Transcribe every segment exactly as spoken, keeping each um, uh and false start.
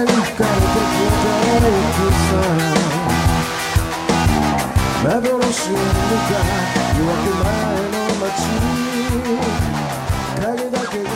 に惹かれて消えてゆくさ幻を見るか夜明け前の街影だけが静かに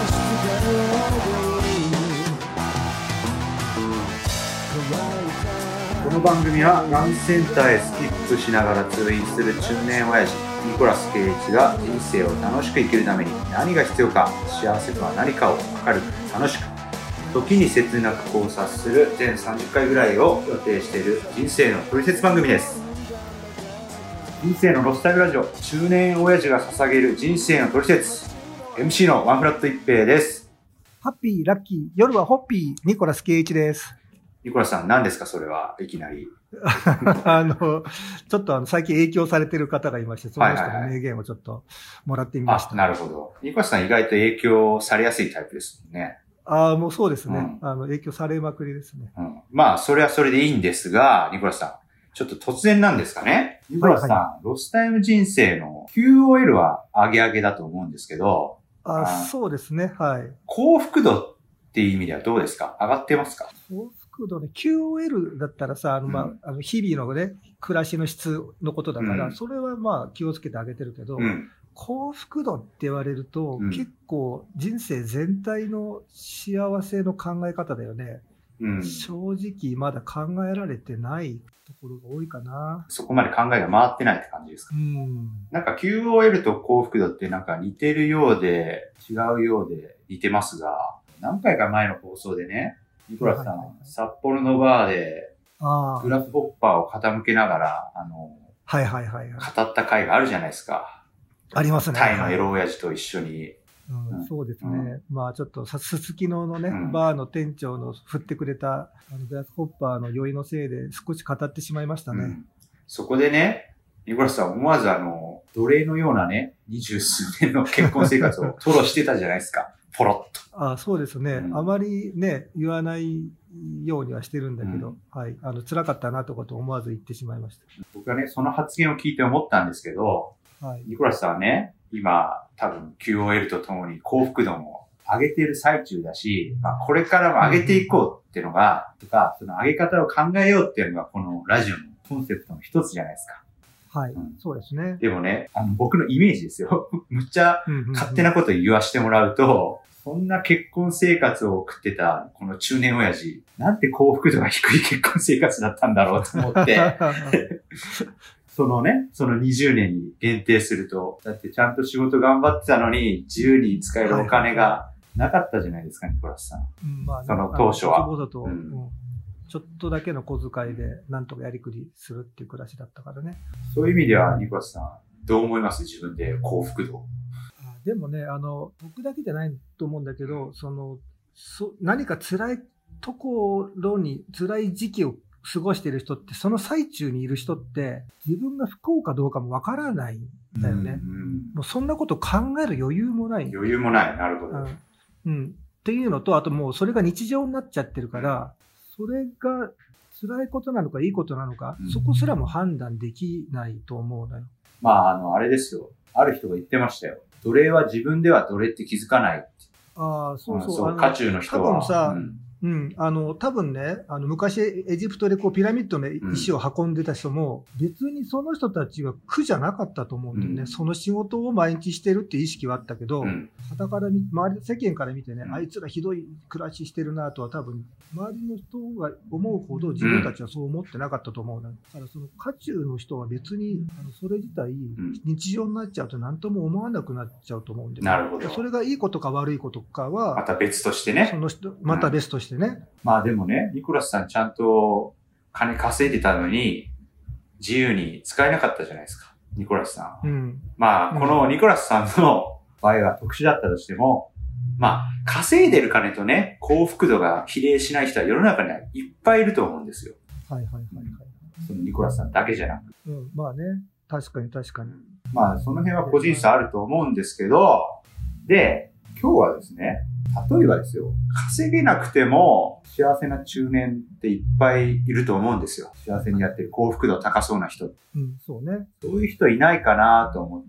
この番組はガンセンターへスキップしながら通院する中年親父ニコラス圭一が人生を楽しく生きるために何が必要か、幸せとは何かを明るく楽しく、時に切なく考察する全さんじゅっかいぐらいを予定している人生のトリセツ番組です。人生のロスタイムラジオ、中年親父が捧げる人生のトリセツ、 エムシー のワンフラット一平です。 ハッピーラッキー夜はホッピーニコラス圭一です。 ニコラスさん、何ですかそれは、いきなり。 あの、ちょっとあの、最近影響されている方がいまして、その人の名言をちょっともらってみました。 はいはいはい、あ、なるほど。ニコラスさん意外と影響されやすいタイプですもんね。 ああ、もうそうですね、 うん。 あの、影響されまくりですね。 うん。まあ、それはそれでいいんですが、ニコラスさん、ちょっと突然なんですかね。ニコラスさん、はいはい、ロスタイム人生の キューオーエル は上げ上げだと思うんですけど。 ああ、そうですね、はい。 幸福度っていう意味ではどうですか？上がってますか？ 幸福度ね、キューオーエル だったらさ、あの、まあ、うん、あの日々のね、暮らしの質のことだから、うん、それはまあ気をつけてあげてるけど、うん、幸福度って言われると、うん、結構人生全体の幸せの考え方だよね。うん、正直まだ考えられてないところが多いかな。 そこまで考えが回ってないって感じですか？うん、なんか キューオーエル と幸福度ってなんか似てるようで違うようで似てますが、何回か前の放送でね、ニコラスさん、はいはいはい、札幌のバーでグラスホッパーを傾けながら、あの、 はいはいはいはい、 語った回があるじゃないですか。 ありますね。 タイのエロ親父と一緒に。 うんうん、そうですね。うん、まあちょっと、すすきののね、うん、バーの店長の振ってくれた、あの、グラスホッパーの酔いのせいで少し語ってしまいましたね。うん、 そこでね、ニコラスさん思わずあの、奴隷のようなね、二十数年の結婚生活を吐露してたじゃないですか。ポロッと。 あ、そうですね、うん。あまりね、言わないようにはしてるんだけど、うん、はい。あの、辛かったなとかと思わず言ってしまいました。 僕はね、その発言を聞いて思ったんですけど、はい、ニコラスさんはね、今、多分 キューオーエル とともに幸福度も上げている最中だし、まあ、これからも上げていこうっていうのが、うん、とか、その上げ方を考えようっていうのが、このラジオのコンセプトの一つじゃないですか。 はい、うん、そうですね。 でもね、あの、僕のイメージですよ。むっちゃ勝手なこと言わしてもらうと、そんな結婚生活を送ってた、この中年親父、なんて幸福度が低い結婚生活だったんだろうと思って、そのね、そのにじゅうねんに限定すると、だってちゃんと仕事頑張ってたのに、自由に使えるお金がなかったじゃないですか、ニコラスさん。うん、まあね、その当初は。 だと、うん、ちょっとだけの小遣いで、なんとかやりくりするっていう暮らしだったからね。 そういう意味では、ニコラスさん、どう思います？自分で幸福度。 でもね、あの、僕だけじゃないと思うんだけど、その、そ何か辛いところに、辛い時期を過ごしている人って、その最中にいる人って、自分が不幸かどうかもわからないんだよね。うんうん、もうそんなこと考える余裕もない。 余裕もない。なるほど。 うん。っていうのと、あともうそれが日常になっちゃってるから、それが辛いことなのかいいことなのか、うん、そこすらも判断できないと思うのよ。 まあ、あの、あれですよ。ある人が言ってましたよ。奴隷は自分では奴隷って気づかないって。 ああ、そうそう。うん、 そう、渦中の人は。 多分さ、うんうん。あの、多分ね、あの、昔、エジプトでこう、ピラミッドの石を運んでた人も、うん、別にその人たちは苦じゃなかったと思うんだよね。うん、その仕事を毎日してるっていう意識はあったけど、うん、傍から見、周り、世間から見てね、うん、あいつらひどい暮らししてるなとは多分、周りの人が思うほど自分たちはそう思ってなかったと思うの。だからその渦中の人は別に、あのそれ自体、日常になっちゃうと何とも思わなくなっちゃうと思うんで、ね、 なるほど。 それがいいことか悪いことかは、 また別としてね。 その人、また別としてね。うん、 まあでもね、ニコラスさんちゃんと金稼いでたのに、自由に使えなかったじゃないですか。ニコラスさん。うん、まあ、このニコラスさんの場合は特殊だったとしても、まあ、稼いでる金とね、幸福度が比例しない人は世の中にはいっぱいいると思うんですよ。 はいはいはいはい。 そのニコラスさんだけじゃなく。 うん、まあね。確かに確かに。 まあ、その辺は個人差あると思うんですけど、で、今日はですね、例えばですよ、稼げなくても幸せな中年っていっぱいいると思うんですよ。幸せにやってる幸福度高そうな人。 うん、そうね。 そういう人いないかなと思って、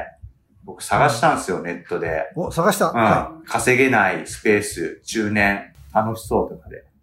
僕探したんですよ、うん、ネットで。 お、探した、 うん、はい。稼げないスペース、中年、楽しそうとかで。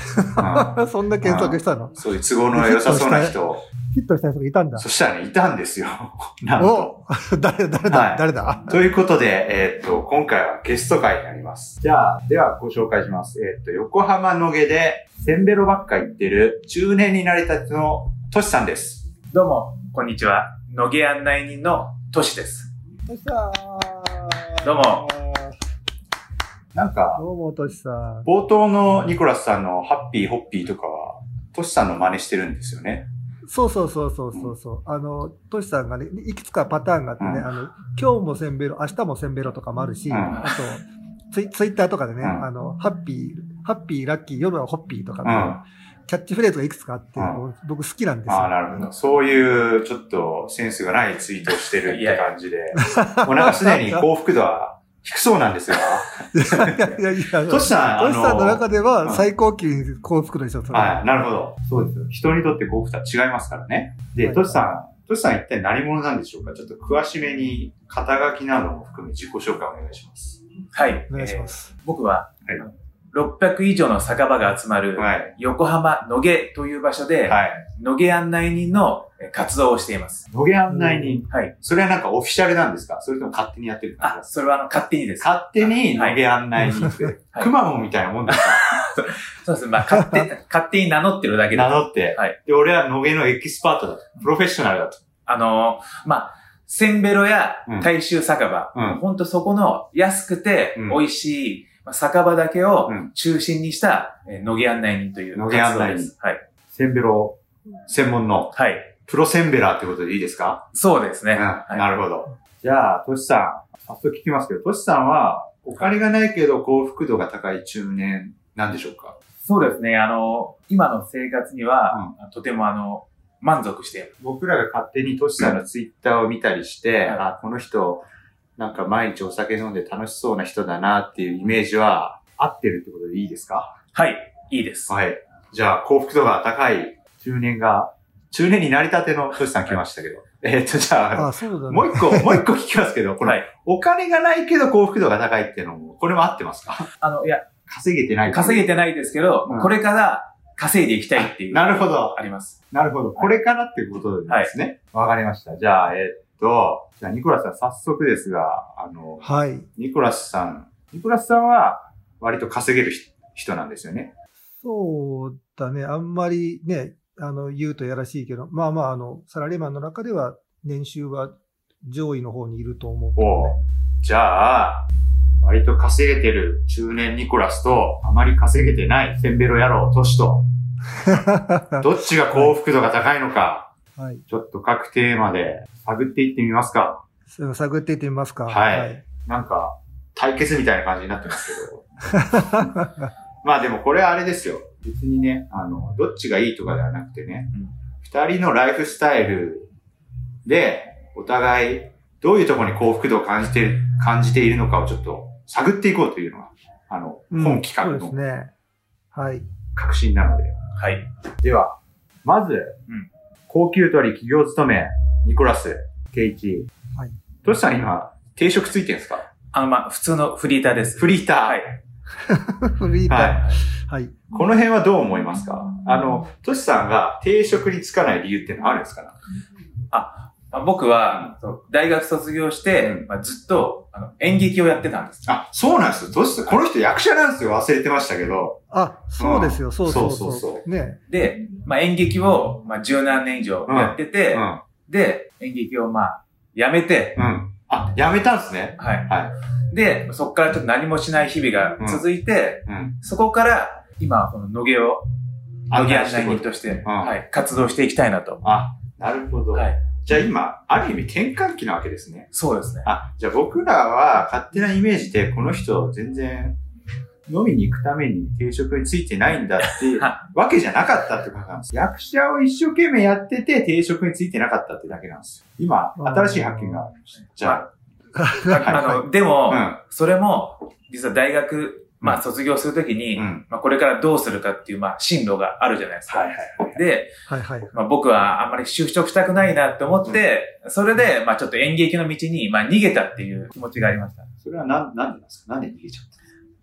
うんそんな検索したの？ そういう都合の良さそうな人。 ヒットした人がいたんだ。 そしたらね、いたんですよ。なんと。 お誰だ、誰だ、 はい誰だということで、えーっと、今回はゲスト会になります。じゃあ、ではご紹介します。えーっと、横浜野毛で、せんべろばっか行ってる、中年になりたてのトシさんです。 どうも、こんにちは。野毛案内人のトシです。 トシさん。 どうも。 なんか、 どうも、トシさん。 冒頭のニコラスさんのハッピーホッピーとかは、トシさんの真似してるんですよね。 そうそうそうそうそうそう、あの、トシさんがね、いくつかパターンがあってね、 うんあの、今日もせんべろ、明日もせんべろとかもあるし、 うんあと、ツイツイッターとかでね、 うんあの、ハッピー、ハッピー、ラッキー、夜はホッピーとか、 うんキャッチフレーズがいくつかあって、 うん僕好きなんですよ。 ああ、なるほど。そういう、ちょっと、センスがないツイートをしてるって感じで、もうなんかすでに幸福度は低そうなんですが。 いやいやいや、 トシさん、あの、 トシさんの中でうんは最高級幸福度でしょ、それ。 はい、なるほど。そうですよ。人にとって幸福とは違いますからね。で、 はいトシさん、トシさん一体何者なんでしょうか？ちょっと詳しめに、肩書きなども含め自己紹介お願いします。 はい。 お願いします。 えー僕は、 はいろっぴゃく以上の酒場が集まる、 はい。 横浜野毛という場所で、 はい。 野毛案内人のえー活動をしています。 野毛案内人。 はい。 それはなんかオフィシャルなんですか？それとも勝手にやってる感じあ、 ですか？ それはあの、勝手にです。 勝手に野毛案内人って、 はいくまモンみたいなもんですか？ そうです。まあ、勝手、勝手に名乗ってるだけで名乗って。 はい。 で、俺は野毛のエキスパートだと。プロフェッショナルだと。 あのーまあ、せんべろや大衆酒場、 うんほんとそこの安くてうん美味しい、まあ酒場だけをうん中心にした、えー野毛案内人という野毛案内人活動です。はい。 せんべろ専門のはい。 プロせんべらーってことでいいですか？ そうですね。 うん、 はいなるほど。じゃあ、トシさん、早速聞きますけど、トシさんは、お金がないけど幸福度が高い中年なんでしょうか？ そうですね。あの、今の生活には、とてもあの、満足している。 僕らが勝手にトシさんのツイッターを見たりして、 はいあ、この人、なんか毎日お酒飲んで楽しそうな人だなっていうイメージは合ってるってことでいいですか？ はい。いいです。 はい。じゃあ、幸福度が高い中年が、中年になりたてのトシさん来ましたけど。えーっと、じゃあ、 あ、そうだね。 もう一個、もう一個聞きますけど、この、 はい。 お金がないけど幸福度が高いっていうのも、これも合ってますか？ あの、いや、 稼げてない。 稼げてないですけど、 うんこれから稼いでいきたいっていう。 なるほど。 あります。 なるほど。これかなっていうことですね。わ、かりました。じゃあ、えーっと、じゃあ、ニコラスさん、早速ですが、あの、 はい。 ニコラスさん、ニコラスさんは、割と稼げる人人なんですよね。 そうだね。あんまりね、あの、言うとやらしいけど、まあまあ、あの、サラリーマンの中では、年収は上位の方にいると思うけどね。 おうじゃあ、割と稼げてる中年ニコラスと、あまり稼げてないせんべろ野郎トシと、どっちが幸福度が高いのか、 はい。 ちょっと各テーマで探っていってみますか。 それを探っていってみますか。 はいなんか、対決みたいな感じになってますけど。まあでもこれはあれですよ。別にね、あの、どっちがいいとかではなくてね、二、人のライフスタイルで、お互い、どういうところに幸福度を感じている、感じているのかをちょっと探っていこうというのが、あの、 うん本企画そうですのね。はい。 革新なので。 はい。 では、まず、 うん高級取り企業勤め、ニコラス、ケイチ。 はい。 トシさん今、定職ついてるんですか？ あの、まあ、普通のフリーターです。 フリーター。 はい。 フリーター。 はい。 はい。 この辺はどう思いますか？あの、トシさんが定職に就かない理由ってのはあるんですかね？ まあ僕は、そう大学卒業して、 うんまあ、ずっとあの演劇をやってたんです。 あ、そうなんですよ。トシさん、この人役者なんですよ。忘れてましたけど。 あ、そうですよ。 うんそうそうそうそうそう。ね。 で、まあ、演劇を、まあ、十何年以上やってて、 うん。 で、演劇をまあ、やめて、 うん。あ、やめたんですね。 はい。 はで、そこからちょっと何もしない日々が続いて、 い。うん。 そこから、今、この野毛を、野毛案内人として、 んはい、活動していきたいなと。 あ、なるほど。 はい。 じゃあ今、ある意味転換期なわけですね。 そうですね。 あ、じゃあ僕らは勝手なイメージで、この人全然飲みに行くために定職についてないんだっていうわけじゃなかったってことなんです。役者を一生懸命やってて定職についてなかったってだけなんですよ。今、新しい発見がある。じゃあ、 あの、でも、 うんそれも、実は大学、まあ卒業するときに、 うんまあこれからどうするかっていう、まあ進路があるじゃないですか。 はいはいはい。 で、 はいはい。 まあ僕はあんまり就職したくないなって思って、それで、まあちょっと演劇の道に、まあ逃げたっていう気持ちがありました。 それはなん、なんでなんですか？なんで逃げちゃった？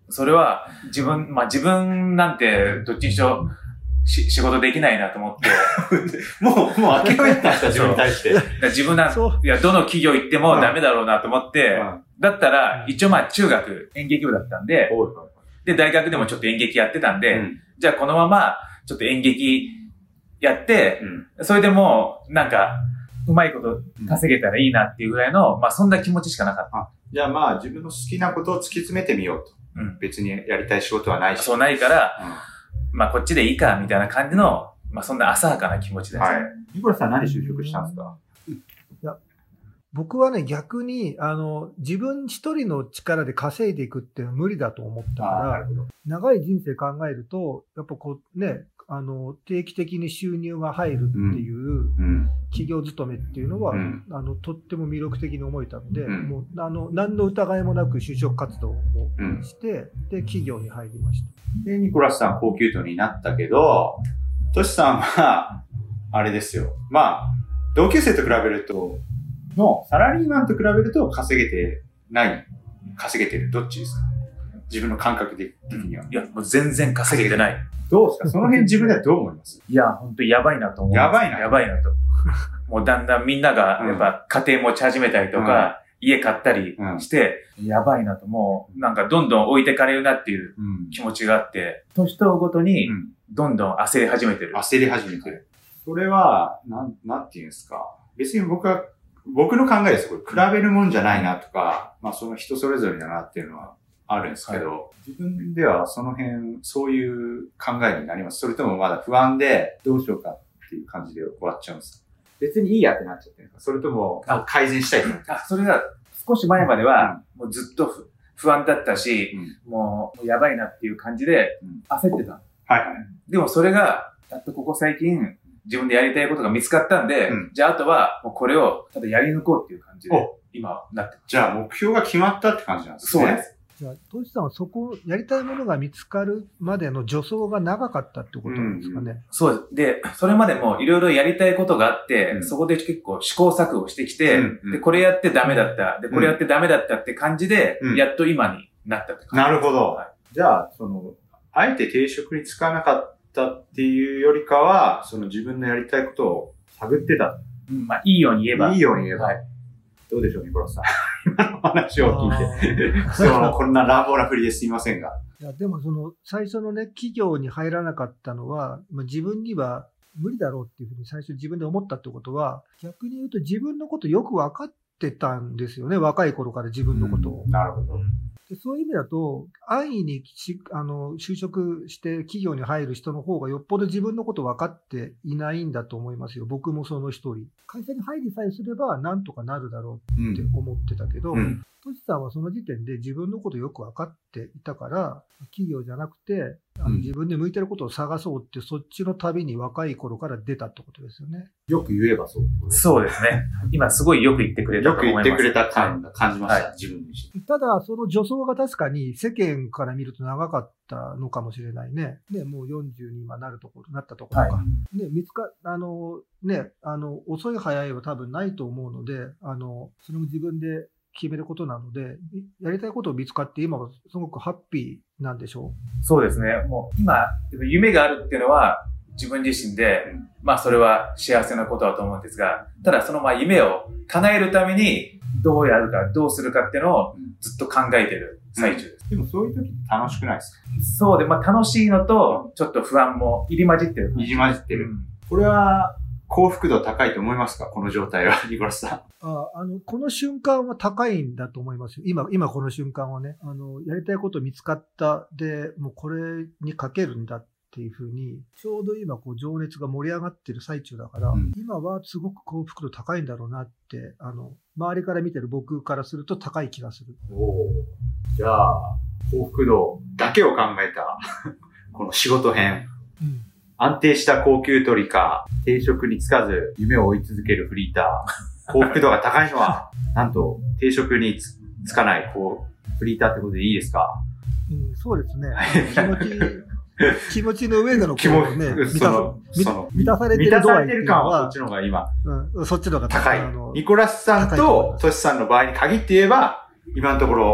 それは自分、まあ自分なんてどっちにしろし仕事できないなと思って。 もう、もう諦めたんですか、自分に対して。 自分なん、いや、どの企業行ってもダメだろうなと思って、うん、だったら、一応まあ中学演劇部だったんで、うん、で、大学でもちょっと演劇やってたんで、うん、じゃあこのままちょっと演劇やって、うん、それでもうなんか、うまいこと稼げたらいいなっていうぐらいの、まあそんな気持ちしかなかった。 じゃあまあ自分の好きなことを突き詰めてみようと。うん、別にやりたい仕事はないし。 そうないから、うん、まあこっちでいいかみたいな感じの、まあそんな浅はかな気持ちですね。はい。 ニコラスさん何就職したんですか？ いや、僕はね逆に、あの、自分一人の力で稼いでいくっていうのは無理だと思ったから、長い人生考えると、やっぱこうね、あの、定期的に収入が入るっていう企業勤めっていうのは、うん、あの、とっても魅力的に思えたので、うん、もう、あの、何の疑いもなく就職活動をして、うん、で、企業に入りました。 で、ニコラスさん高級取になったけど、トシさんは、あれですよ。まあ、同級生と比べると、の、サラリーマンと比べると稼げてない、稼げてる、どっちですか？自分の感覚的には。 いや、もう全然稼げてない。 どうですか？その辺自分ではどう思います？ いや、ほんとやばいなと思う。 やばいな。 やばいなと。もうだんだんみんなが、やっぱ家庭持ち始めたりとか、うん、家買ったりして、うん、やばいなと、もうなんかどんどん置いてかれるなっていう気持ちがあって、年取るごとに、どんどん焦り始めてる。 焦り始めてる。それは、なん、なんていうんですか。別に僕は、僕の考えですよ。これ比べるもんじゃないなとか、まあその人それぞれだなっていうのは、あるんですけど、はい、自分ではその辺、そういう考えになります。それともまだ不安でどうしようかっていう感じで終わっちゃうんですか？別にいいやってなっちゃってるんですか？それとも改善したいと思ってますか？ あ、それが少し前までは、もうずっと不安だったし、うん、もうやばいなっていう感じで焦ってた。 はいはい。 でもそれが、やっとここ最近、自分でやりたいことが見つかったんで、うん、じゃああとはもうこれをただやり抜こうっていう感じで、今なってます。 じゃあ目標が決まったって感じなんですね。 そうです。 じゃあ、トシさんはそこ、やりたいものが見つかるまでの助走が長かったってことなんですかね。うん、 そうです。で、それまでもいろいろやりたいことがあって、うん、そこで結構試行錯誤してきて、うんうん、で、これやってダメだった、で、これやってダメだったって感じで、うん、やっと今になったって感じ。 なるほど。はい、じゃあ、その、あえて定職に就かなかったっていうよりかは、その自分のやりたいことを探ってた。 うん、まあ、いいように言えば。 いいように言えば。はい、どうでしょう、ニコラスさん。今の話を聞いて。その、こんな乱暴な振りですいませんが。 いや、でもその、最初のね、企業に入らなかったのは、まあ、自分には無理だろうっていうふうに最初自分で思ったってことは、逆に言うと自分のことよく分かってたんですよね。若い頃から自分のことを。 うん、なるほど。 でそういう意味だと、安易にしあの就職して企業に入る人の方がよっぽど自分のこと分かっていないんだと思いますよ。僕もその一人。会社に入りさえすればなんとかなるだろうって思ってたけど、うんうんトシさんはその時点で自分のことよく分かっていたから、企業じゃなくて、あの自分で向いてることを探そうって、そっちの旅に若い頃から出たってことですよね。 よく言えばそうってことです。 そうですね。今すごいよく言ってくれたと思います。 よく言ってくれた感が感じました、はい、自分自身。 ただ、その助走が確かに世間から見ると長かったのかもしれないね。ね、もうよんじゅうに今なるところ、なったところか。はい、ね、見つか、あの、ね、あの、遅い早いは多分ないと思うので、あの、それも自分で決めることなので、やりたいことを見つかって今はすごくハッピーなんでしょう？そうですね。もう今、夢があるっていうのは自分自身で、うん、まあそれは幸せなことだと思うんですが、ただそのまあ夢を叶えるためにどうやるか、どうするかっていうのをずっと考えてる最中です。 うん、でもそういう時楽しくないですか？ そうで、まあ楽しいのと、ちょっと不安も入り混じってる。 入り混じってる。うん、これは、幸福度高いと思いますか？この状態は、ニコラスさん。 ああの、この瞬間は高いんだと思いますよ。今、今この瞬間はね。あの、やりたいこと見つかったで、もうこれにかけるんだっていうふうに、ちょうど今こう情熱が盛り上がってる最中だから、うん、今はすごく幸福度高いんだろうなって、あの、周りから見てる僕からすると高い気がする。 おー。じゃあ、幸福度だけを考えた、この仕事編。うん安定した高級取りか、定職に就かず夢を追い続けるフリーター。幸福度が高いのは、なんと定職に就かないこうフリーターってことでいいですか？ うん、そうですね。気持ち、気持ちの上でのこうね、満た満たされてる度合いっていうのは、 そっちの方が今、 うん、そっちの方が高い。ニコラスさんとトシさんの場合に限って言えば、今のところ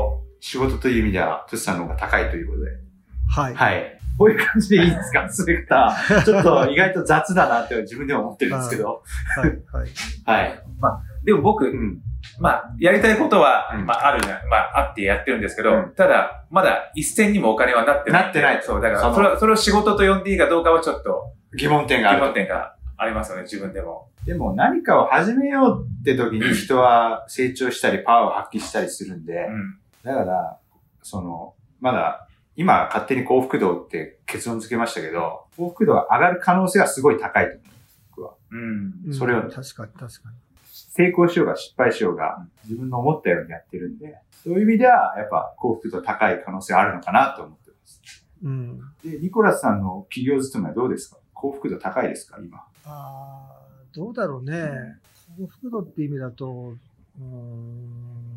仕事という意味では、トシさんの方が高いということで。 はい。 はい。こういう感じでいいですかそれから、ちょっと意外と雑だなって自分でも思ってるんですけど。 はい。はい。 はい。 まあ、でも僕、うん、まあ、やりたいことは、うん、まあ、あるじゃん。まあ、あってやってるんですけど、うん、ただ、まだ一銭にもお金はなってない。 なってない。 そう、だから、それは、それを仕事と呼んでいいかどうかはちょっと、 疑問点がある。 疑問点がありますよね、自分でも。 でも何かを始めようって時に人は成長したり、パワーを発揮したりするんで、うん、だから、その、まだ、今勝手に幸福度って結論付けましたけど、幸福度が上がる可能性はすごい高いと思います、僕は。うん。それを、 うん、確かに確かに。 成功しようが失敗しようが、自分の思ったようにやってるんで、そういう意味では、やっぱ幸福度高い可能性あるのかなと思ってます。うん。で、ニコラスさんの企業勤めはどうですか？幸福度高いですか、今。 ああ、どうだろうね。幸福度って意味だと、うーん、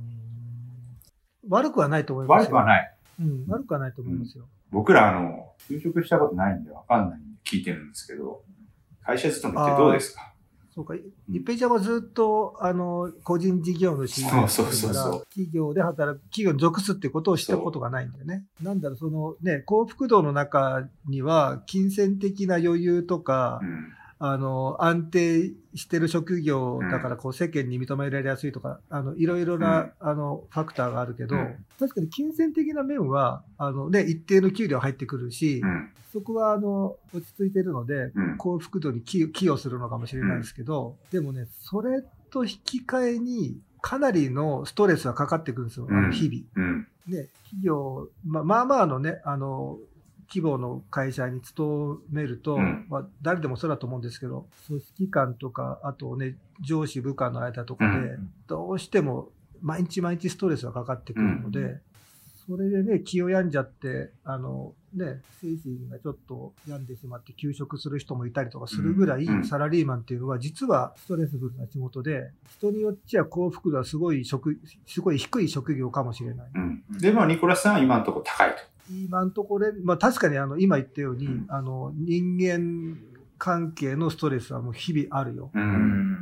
悪くはないと思いますよ。 悪くはない。 うん、悪くはないと思いますよ。 うん、僕ら、あの、就職したことないんでわかんないんで聞いてるんですけど、会社勤めってどうですか？ そうか。一平ちゃんはずっと、あの、個人事業主だから、 そうそうそう。 企業で働く、企業に属すってことをしたことがないんだよね。なんだろう、そのね、幸福度の中には、金銭的な余裕とか、うん、あの、安定してる職業だから、こう、世間に認められやすいとか、あの、いろいろな、うん、あの、ファクターがあるけど、うん、確かに金銭的な面は、あのね、一定の給料入ってくるし、うんそこは、あの、落ち着いてるので、うん、幸福度に寄与するのかもしれないですけど、うん、でもね、それと引き換えに、かなりのストレスがかかってくるんですよ、うん、あの日々。うん、ね、企業、ま、まあまあのね、あの、規模の会社に勤めると、うん、まあ、誰でもそうだと思うんですけど、組織間とか、あとね、上司部下の間とかで、うん、どうしても毎日毎日ストレスがかかってくるので、うんそれでね、気を病んじゃって、あの、ね、精神がちょっと病んでしまって休職する人もいたりとかするぐらい、うん、サラリーマンっていうのは実はストレスフルな仕事で、人によっちゃ幸福度はすごい職、すごい低い職業かもしれない。 うん、でも、ニコラスさんは今のところ高いと。 今のところ、まあ確かにあの、今言ったように、うん、あの、人間関係のストレスはもう日々あるよ。うん、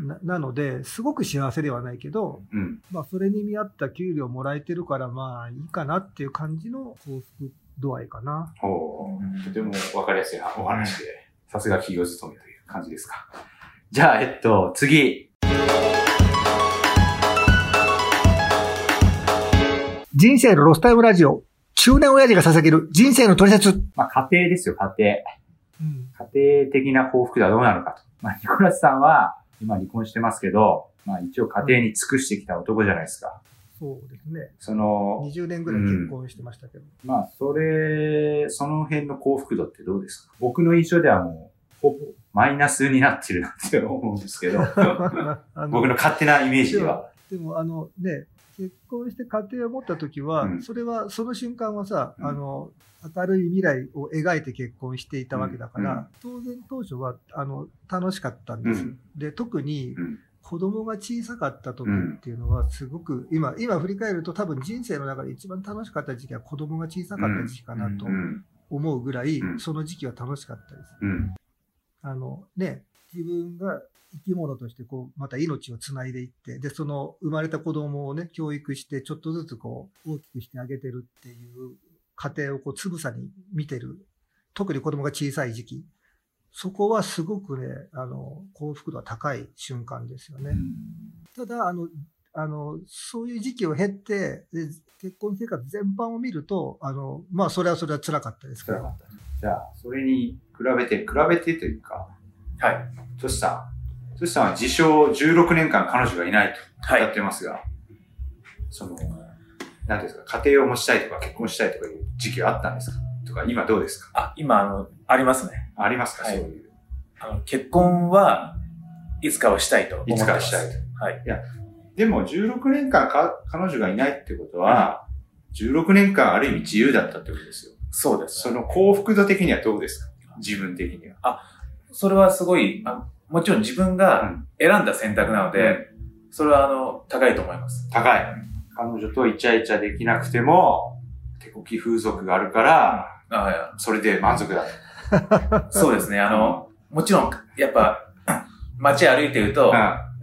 な, なので、すごく幸せではないけど、うん、まあそれに見合った給料もらえてるから、まあいいかなっていう感じの幸福度合いかな。 おー、とてもわかりやすいお話で、さすが企業勤めという感じですか。じゃあ、えっと、次。 人生のロスタイムラジオ、中年親父が捧げる人生のトリセツ。 まあ家庭ですよ、家庭。うん、家庭的な幸福度はどうなのかと。まあ、ニコラスさんは、今離婚してますけど、まあ一応家庭に尽くしてきた男じゃないですか。 そうですね。 その、 にじゅうねんぐらい結婚してましたけど。 うん、まあ、それ、その辺の幸福度ってどうですか？僕の印象ではもう、ほぼマイナスになってるなって思うんですけど、僕の勝手なイメージでは。 でも、あのね、結婚して家庭を持った時は、うん、それは、その瞬間はさ、うん、あの、明るい未来を描いて結婚していたわけだから、うん、当然当初は、あの、楽しかったんです。うん、で、特に、子供が小さかった時っていうのは、すごく、今、今振り返ると多分人生の中で一番楽しかった時期は子供が小さかった時期かなと思うぐらい、その時期は楽しかったです。あの、ね、自分が生き物としてこう、また命をつないでいって、で、その生まれた子供をね、教育して、ちょっとずつこう、大きくしてあげてるっていう過程をこう、つぶさに見てる。特に子供が小さい時期。そこはすごくね、あの、幸福度は高い瞬間ですよね。ただ、あの、あの、そういう時期を経て、結婚生活全般を見ると、あの、まあ、それはそれは辛かったですから。 辛かった。じゃあ、それに比べて、比べてというか、はい。トシさん。トシさんは自称じゅうろくねんかん彼女がいないとやってますが、はい、その、なんていうんですか、家庭を持ちたいとか結婚したいとかいう時期はあったんですかとか、今どうですか？ あ、今、あの、ありますね。 ありますか、はい、そういう。 あの、結婚はいつかはしたいと思ってます。 いつかはしたいと。はい。いや、でもじゅうろくねんかんか彼女がいないってことは、うん、じゅうろくねんかんある意味自由だったってことですよ。 そうです、 ね。その幸福度的にはどうですか？自分的には。 あ、それはすごい、あ、もちろん自分が選んだ選択なので、うん、それはあの、高いと思います。 高い。彼女とイチャイチャできなくても、手こき風俗があるから、あ、いや、それで満足だ。 そうですね。あの、もちろん、やっぱ、街歩いてると、うん、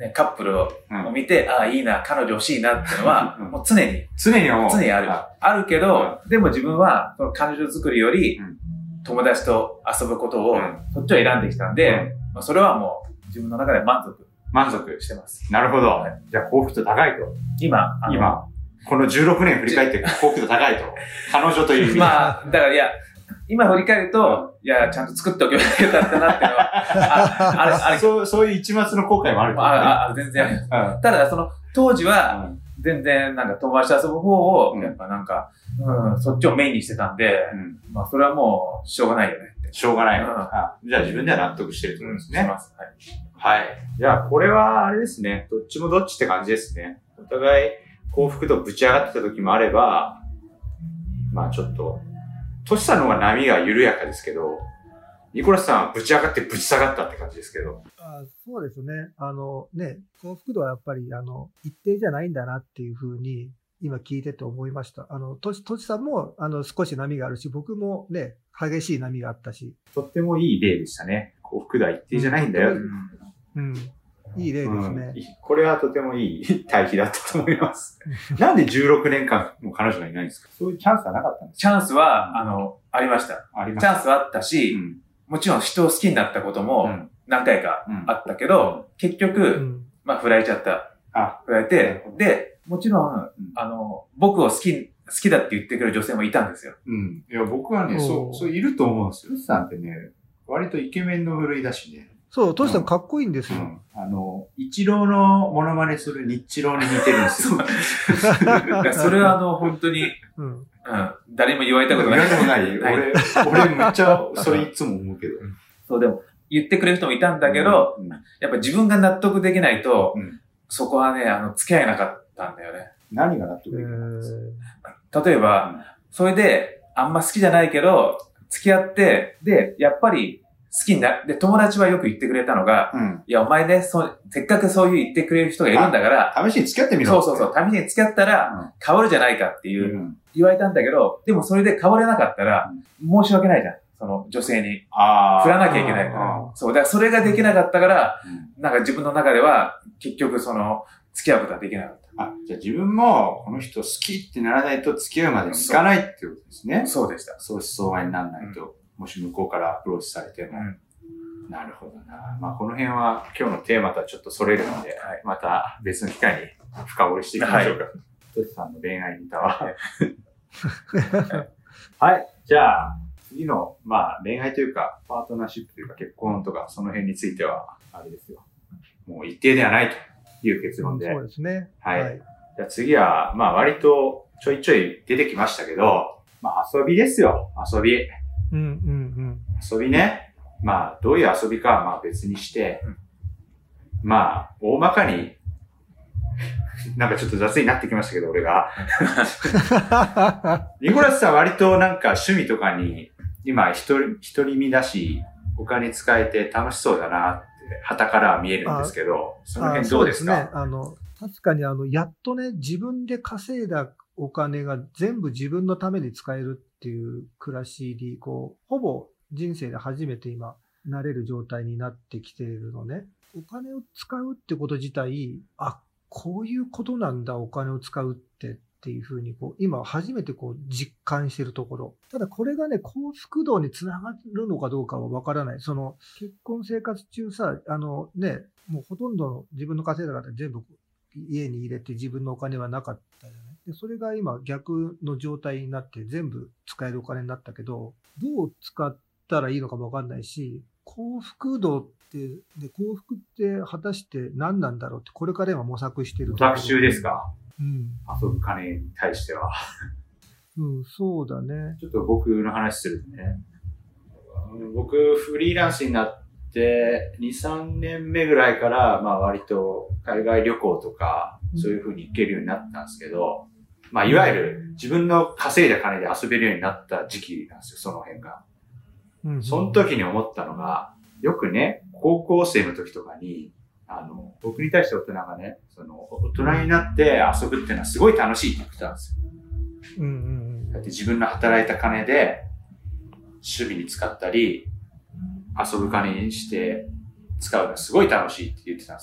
ね、カップルを見て、うん、ああ、いいな、彼女欲しいなっていうのは、もう常に、 常に思う。 常にある。あるけど、うん、でも自分は、その彼女作りより、友達と遊ぶことを、そっちを選んできたんで、うん、まあ、それはもう、自分の中で満足。 満足してます。なるほど。はい、じゃあ、幸福度高いと。 今、 今、このじゅうろくねん振り返って幸福度高いと。彼女という意味で。 まあ、だからいや、今振り返ると、いや、ちゃんと作っておけばよかったなっていうのは、あ、あれ、あれ、 そう、そういう一末の後悔もあるけど、ね。 あ、あ、全然ある。うん、ただ、その、当時は、全然、なんか友達と遊ぶ方を、やっぱなんか、うん、そっちをメインにしてたんで、うん、まあ、それはもう、しょうがないよね。 しょうがない。うん、あ、じゃあ自分では納得してると思いますね。します。はい。はい。じゃあ、これは、あれですね。どっちもどっちって感じですね。お互い、幸福度ぶち上がってた時もあれば、まあちょっと、トシさんの方が波が緩やかですけど、ニコラスさんはぶち上がってぶち下がったって感じですけど。 あ、そうですね。あのね、幸福度はやっぱり、あの、一定じゃないんだなっていうふうに、今聞いてて思いました。あの、トシ、トシさんも、あの、少し波があるし、僕もね、激しい波があったし。 とってもいい例でしたね。幸福度は一定じゃないんだよ。うん。 うん、いい例ですね、うん。 これはとてもいい対比だったと思います。なんでじゅうろくねんかんも彼女がいないんですか？そういうチャンスはなかったんですか？ チャンスは、あの、ありました。ありました。チャンスはあったし、うん、もちろん人を好きになったことも何回かあったけど、うん、結局、うん、まあ、振られちゃった。あ、振られて、で、もちろん、うん、あの、僕を好き、好きだって言ってくれる女性もいたんですよ。 うん。いや、僕はね、そう、そういると思うんですよ。トシさんってね、割とイケメンの部類だしね。 そう、トシさんかっこいいんですよ。うん、 あの、イチローのモノマネするニッチローに似てるんですよ。 それはあの、本当に、うん、うん。誰も言われたことない。 言われたことない。俺、俺めっちゃ、それいつも思うけど。 そう、でも、言ってくれる人もいたんだけど、うん、やっぱ自分が納得できないと、うん、そこはね、あの、付き合えなかったんだよね。 何が納得できなかったんですか？例えば、うん、それで、あんま好きじゃないけど、付き合って、で、やっぱり、好きになる。で、友達はよく言ってくれたのが、うん、いや、お前ね、そう、せっかくそういう言ってくれる人がいるんだから、 試しに付き合ってみろ。 そうそうそう、試しに付き合ったら、変わるじゃないかっていう、うん、言われたんだけど、でもそれで変われなかったら、うん、申し訳ないじゃん。その女性に。あ振らなきゃいけないから。そう、だからそれができなかったから、うん、なんか自分の中では、結局その、付き合うことはできなかった。 あ、じゃあ自分も、この人好きってならないと付き合うまでにいかないっていうことですね。 そうでした。 相思相愛にならないと、うん、もし向こうからアプローチされても。うんなるほどな。まあ、この辺は今日のテーマとはちょっとそれるので、はい、また別の機会に深掘りしていきましょうか。トシさんの恋愛ネタは。はい。じゃあ、次の、まあ、恋愛というか、パートナーシップというか、結婚とか、その辺については、あれですよ。もう一定ではないという結論で。 そうですね。 はい。はい、じゃあ次は、まあ、割とちょいちょい出てきましたけど、まあ、遊びですよ。遊び。 うんうんうん。 遊びね。まあ、どういう遊びかはまあ別にして、うん、まあ、大まかに、なんかちょっと雑になってきましたけど、俺が。ニコラスさん割となんか趣味とかに、今一人、一人身だし、お金使えて楽しそうだなって、旗からは見えるんですけど、その辺どうですか？ そうですね。あの、確かにあの、やっとね、自分で稼いだお金が全部自分のために使えるっていう暮らしに、こう、ほぼ、人生で初めて今、なれる状態になってきているのね。お金を使うってこと自体、あ、こういうことなんだ、お金を使うってっていうふうに、こう、今初めてこう実感しているところ。ただこれがね、幸福度につながるのかどうかはわからない。その、結婚生活中さ、あのね、もうほとんどの自分の稼いだから全部家に入れて自分のお金はなかったじゃない。で、それが今逆の状態になって全部使えるお金になったけど、どう使ったらいいのかもわかんないし、幸福度って、で、幸福って果たして何なんだろうって、これから今模索してる。 模索中ですか？ うん。 遊ぶ金に対しては。 うん、そうだね。 ちょっと僕の話するとね。僕、フリーランスになってに、さんねんめぐらいから、まあ割と海外旅行とか、そういう風に行けるようになったんですけど、まあいわゆる自分の稼いだ金で遊べるようになった時期なんですよ、その辺が。うん、その時に思ったのが、よくね、高校生の時とかに、あの、僕に対して大人がね、その、大人になって遊ぶっていうのはすごい楽しいって言ってたんですよ。 うんうんうん、 だって自分の働いた金で、趣味に使ったり、遊ぶ金にして使うのはすごい楽しいって言ってたんですよ。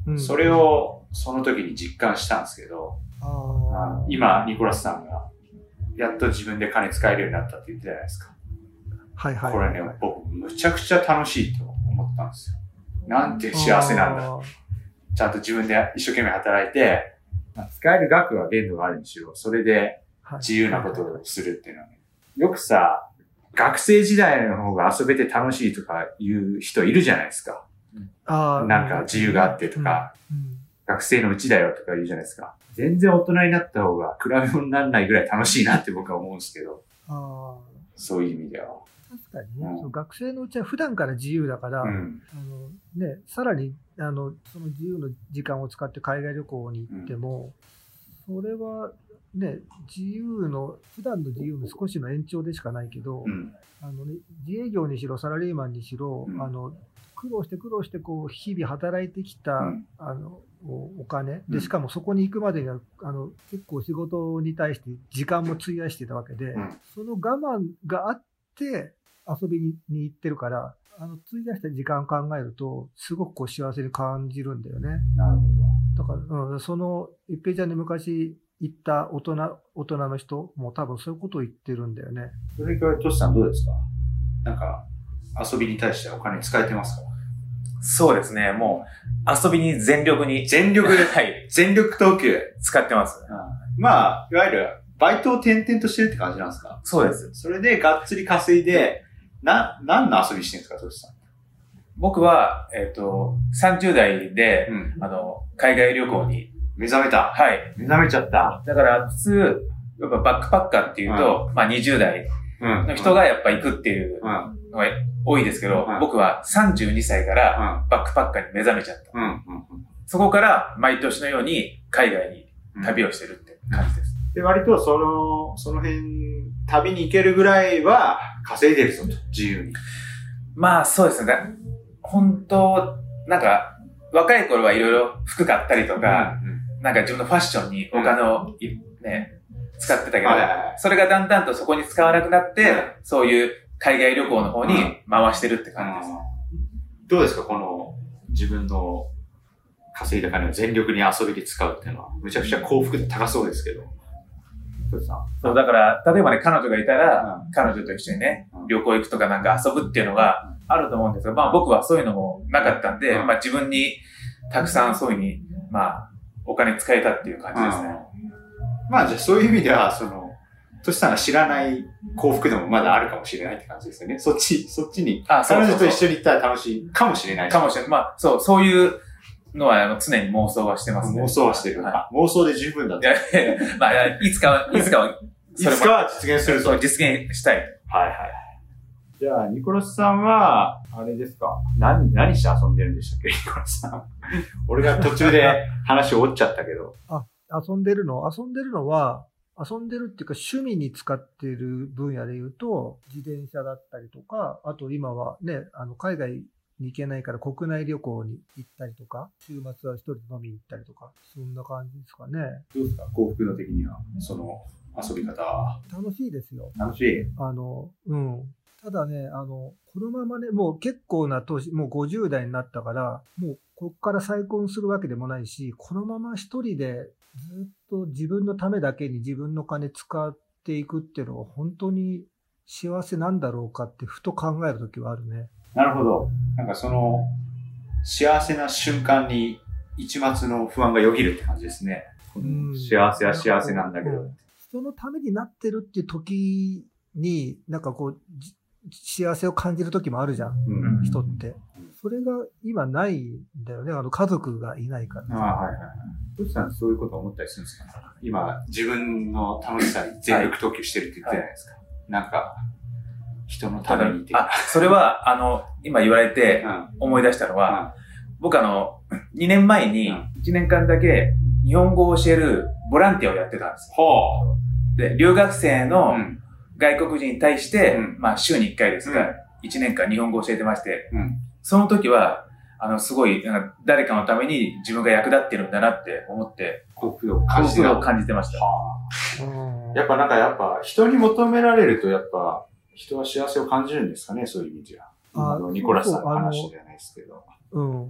うん、 それをその時に実感したんですけど、 あ今、ニコラスさんが、やっと自分で金使えるようになったって言ってたじゃないですか。 はいはい。 これね、僕、むちゃくちゃ楽しいと思ったんですよ。なんて幸せなんだ。ちゃんと自分で一生懸命働いて、使える額は限度があるにしろ、それで自由なことをするっていうのはね。よくさ、学生時代の方が遊べて楽しいとか言う人いるじゃないですか。 あなんか自由があってとか、うんうん、学生のうちだよとか言うじゃないですか。全然大人になった方が比べ物にならないぐらい楽しいなって僕は思うんですけど。あそういう意味では。 確かにね、うん、その学生のうちは普段から自由だから、うん、あのね、さらにあのその自由の時間を使って海外旅行に行っても、うん、それはね、自由の、普段の自由の少しの延長でしかないけど、うん、あのね、自営業にしろサラリーマンにしろ、うん、あの苦労して苦労してこう日々働いてきた、うん、あのお金で、しかもそこに行くまでにはあの結構仕事に対して時間も費やしていたわけで、うん、その我慢があって遊びに行ってるから、あの費やした時間を考えるとすごくこう幸せに感じるんだよね。 なるほど。だから、うん、その一平ちゃんに昔行った大人、大人の人も多分そういうことを言ってるんだよね。 それからトシさんどうですか？なんか遊びに対してお金使えてますか？ そうですね。もう遊びに全力に。 全力で、はい。全力投球使ってます。 うん、まあ、いわゆるバイトを転々としてるって感じなんですか？ そうです。 それでがっつり稼いで、な、何の遊びしてるんですか、トシさん？ 僕は、えっと、さんじゅう代で、うん、あの、海外旅行に。 目覚めた。 はい。 目覚めちゃった。 だから普通、やっぱバックパッカーっていうと、うん、まあにじゅう代の人がやっぱ行くっていうのが多いですけど、うん、僕はさんじゅうにさいからバックパッカーに目覚めちゃった。うんうんうん、そこから毎年のように海外に旅をしてるって感じです。 で、割とその、その辺、旅に行けるぐらいは稼いでるぞと、自由に。 まあそうですね。本当、なんか、若い頃はいろいろ服買ったりとか、うんうん、なんか自分のファッションにお金を、うん、ね、使ってたけど、それがだんだんとそこに使わなくなって、うん、そういう海外旅行の方に回してるって感じです。うんうん、 どうですか、この自分の稼いだ金を全力に遊びで使うっていうのは、むちゃくちゃ幸福度高そうですけど。 そう、だから、例えばね、彼女がいたら、うん、彼女と一緒にね、うん、旅行行くとかなんか遊ぶっていうのがあると思うんですが、まあ僕はそういうのもなかったんで、うん、まあ自分にたくさんそういうふうに、まあ、お金使えたっていう感じですね。 うん、まあじゃあそういう意味では、その、トシさんが知らない幸福度もまだあるかもしれないって感じですよね。そっち、そっちに、あ、そうそうそう、彼女と一緒に行ったら楽しいかもしれない。 かもしれない。まあ、そう、そういうのはあの常に妄想はしてますね。 妄想はしてる。はい、妄想で十分だと。 いやいや、まあ、いつかは、いつかは、 いつかは実現すると。 実現したい。 はいはい。じゃあ、ニコラスさんは、あれですか？何、何して遊んでるんでしたっけ、ニコラスさん。俺が途中で話を折っちゃったけど。 あ、遊んでるの遊んでるのは、遊んでるっていうか趣味に使っている分野で言うと、自転車だったりとか、あと今はね、あの、海外に行けないから国内旅行に行ったりとか、週末は一人で飲みに行ったりとか、そんな感じですかね。 どうですか？幸福度的には、その遊び方は。 楽しいですよ。 楽しい。 あの、うん。ただね、あの、このままね、もう結構な年、もうごじゅう代になったから、もうこっから再婚するわけでもないし、このまま一人でずっと自分のためだけに自分の金使っていくっていうのは本当に幸せなんだろうかってふと考えるときはあるね。 なるほど。なんかその幸せな瞬間に一抹の不安がよぎるって感じですね。うん、幸せは幸せなんだけど。 人のためになってるっていう時に、なんかこう、幸せを感じる時もあるじゃん、うん、人って。それが今ないんだよね。あの家族がいないから。 ああ、はいはいはい。どうしたんそういうこと思ったりするんですか？今、自分の楽しさに全力投球してるって言ってるじゃないですか。はい、なんか、人のためにって。 あ、それは、あの、今言われて思い出したのは、うん、僕あの、にねんまえにいちねんかんだけ日本語を教えるボランティアをやってたんですよ。うん、で、留学生の外国人に対して、うん、まあ週にいっかいですが、うん、いちねんかん日本語を教えてまして、うん、その時は、あの、すごい、なんか誰かのために自分が役立ってるんだなって思って、 幸福度を感じて幸福度を感じてました。 やっぱなんかやっぱ人に求められるとやっぱ人は幸せを感じるんですかね、そういう意味じゃ。あのニコラスさんの話じゃないですけど。 うん。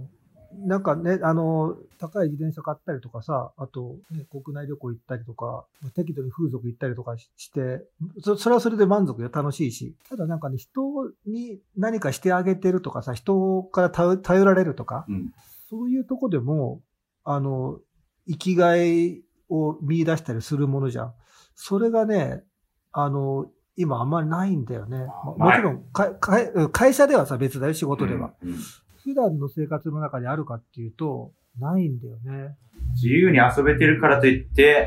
なんかね、あの、高い自転車買ったりとかさ、あと、ね、国内旅行行ったりとか、適度に風俗行ったりとかして、そ, それはそれで満足で楽しいし、ただなんかね、人に何かしてあげてるとかさ、人から頼頼られるとか、うん、そういうとこでも、あの、生きがいを見出したりするものじゃん。それがね、あの、今あんまりないんだよね。も, もちろんかか、会社ではさ別だよ、仕事では。うんうん、普段の生活の中にあるかっていうと、ないんだよね。 自由に遊べてるからといって、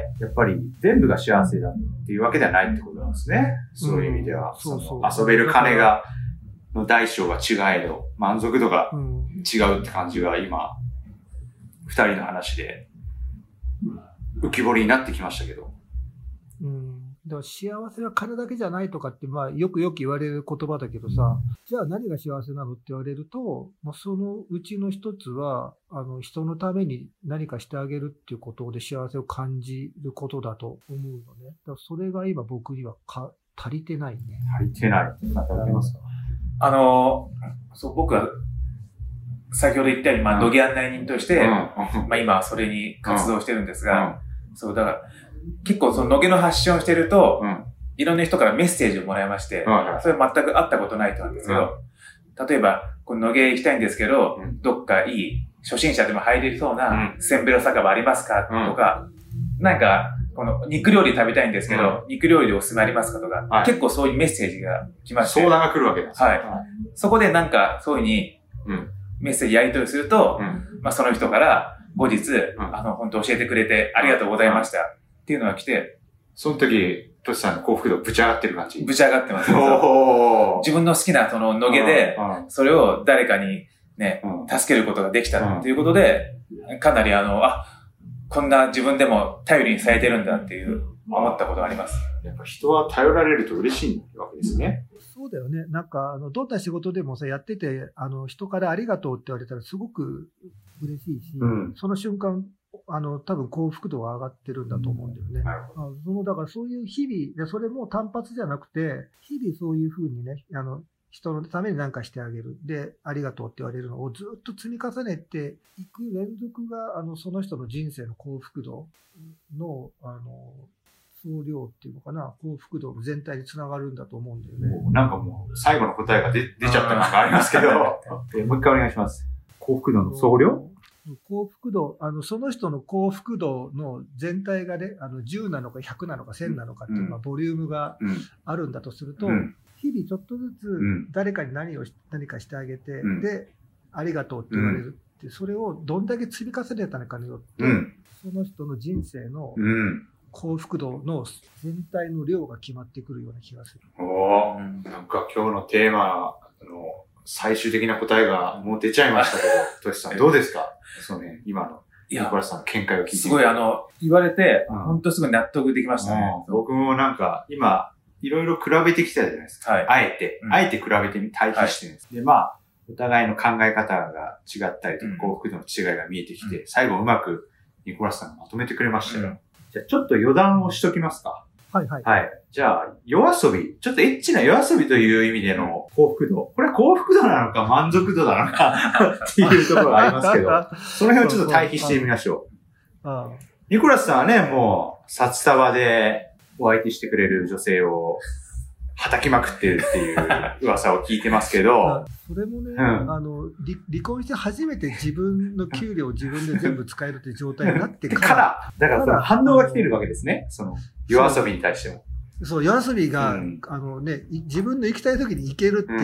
やっぱり全部が幸せだっていうわけではないってことなんですね。そういう意味では。うん、そうそう。遊べる金が、の大小が違えど、満足度が違うって感じが今、二人の話で浮き彫りになってきましたけど。 うん。だから幸せは金だけじゃないとかって、まあ、よくよく言われる言葉だけどさ、じゃあ何が幸せなのって言われると、まあ、そのうちの一つは、あの、人のために何かしてあげるっていうことで幸せを感じることだと思うのね。だからそれが今僕にはか足りてないね。 足りてないって方ありますか？ あの、そう、僕は、先ほど言ったように、まあ、野毛案内人として、うん、まあ、今はそれに活動してるんですが、うん、そう、だから、結構その野毛の発信をしてると、うん、いろんな人からメッセージをもらいまして、うん、それ全く会ったことない人なんですけど、うん、例えば、この野毛行きたいんですけど、うん、どっかいい、初心者でも入れそうな、せんべろ酒場ありますか、うん、とか、なんか、この肉料理食べたいんですけど、うん、肉料理でおすすめありますかとか、はい、結構そういうメッセージが来まして。 相談が来るわけです。 はい。はい、そこでなんか、そういうふうに、メッセージやり取りすると、うん、まあその人から後日、うん、あの、本当教えてくれてありがとうございました。うんっていうのが来て、 その時、トシさんの幸福度ぶち上がってる感じ？ ぶち上がってます。自分の好きなその野毛で、それを誰かにね、助けることができたっていうことで、かなりあの、あ、こんな自分でも頼りにされてるんだっていう思ったことがあります。 やっぱ人は頼られると嬉しいわけですね。 そうだよね。なんか、あの、どんな仕事でもさ、やってて、あの、人からありがとうって言われたらすごく嬉しいし、うん、その瞬間、あの、多分幸福度が上がってるんだと思うんだよね。うん、その、だからそういう日々で、それも単発じゃなくて、日々そういうふうにね、あの、人のために何かしてあげる。で、ありがとうって言われるのをずっと積み重ねていく連続が、あの、その人の人生の幸福度の、あの、総量っていうのかな、幸福度全体につながるんだと思うんだよね。 もうなんかもう、最後の答えが出、出ちゃったのがありますけど、もう一回お願いします。幸福度の総量？ 幸福度、あの、その人の幸福度の全体がね、あの、じゅうなのかひゃくなのかせんなのかっていうのは、ボリュームがあるんだとすると、うん、日々ちょっとずつ誰かに何をし、何かしてあげて、うん、で、ありがとうって言われるって、それをどんだけ積み重ねたのかによって、うん、その人の人生の幸福度の全体の量が決まってくるような気がする。 おー、なんか今日のテーマの最終的な答えがもう出ちゃいましたけど、トシさんどうですか？そうね、今のニコラスさんの見解を聞いて。 すごいあの、言われて、うん、本当すごい納得できましたね。 うん、僕もなんか今、いろいろ比べてきたじゃないですか。はい、あえて、うん、あえて比べてみ、対比してるんです。はい、で、まあ、お互いの考え方が違ったりとか、うん、幸福度の違いが見えてきて、うん、最後うまくニコラスさんがまとめてくれましたよ。うん、じゃあちょっと余談をしときますか。 はいはい。 はい。じゃあ、夜遊び。ちょっとエッチな夜遊びという意味での幸福度。これは幸福度なのか満足度なのかっていうところがありますけど、その辺をちょっと対比してみましょう。ああニコラスさんはね、もう、札束でお相手してくれる女性を叩きまくってるっていう噂を聞いてますけど。 それもね、うん、あの離、離婚して初めて自分の給料を自分で全部使えるっていう状態になってから。 から、だからその反応が来てるわけですね。その、夜遊びに対しても。 そう、夜遊びが、うん、あのね、自分の行きたい時に行けるっていう、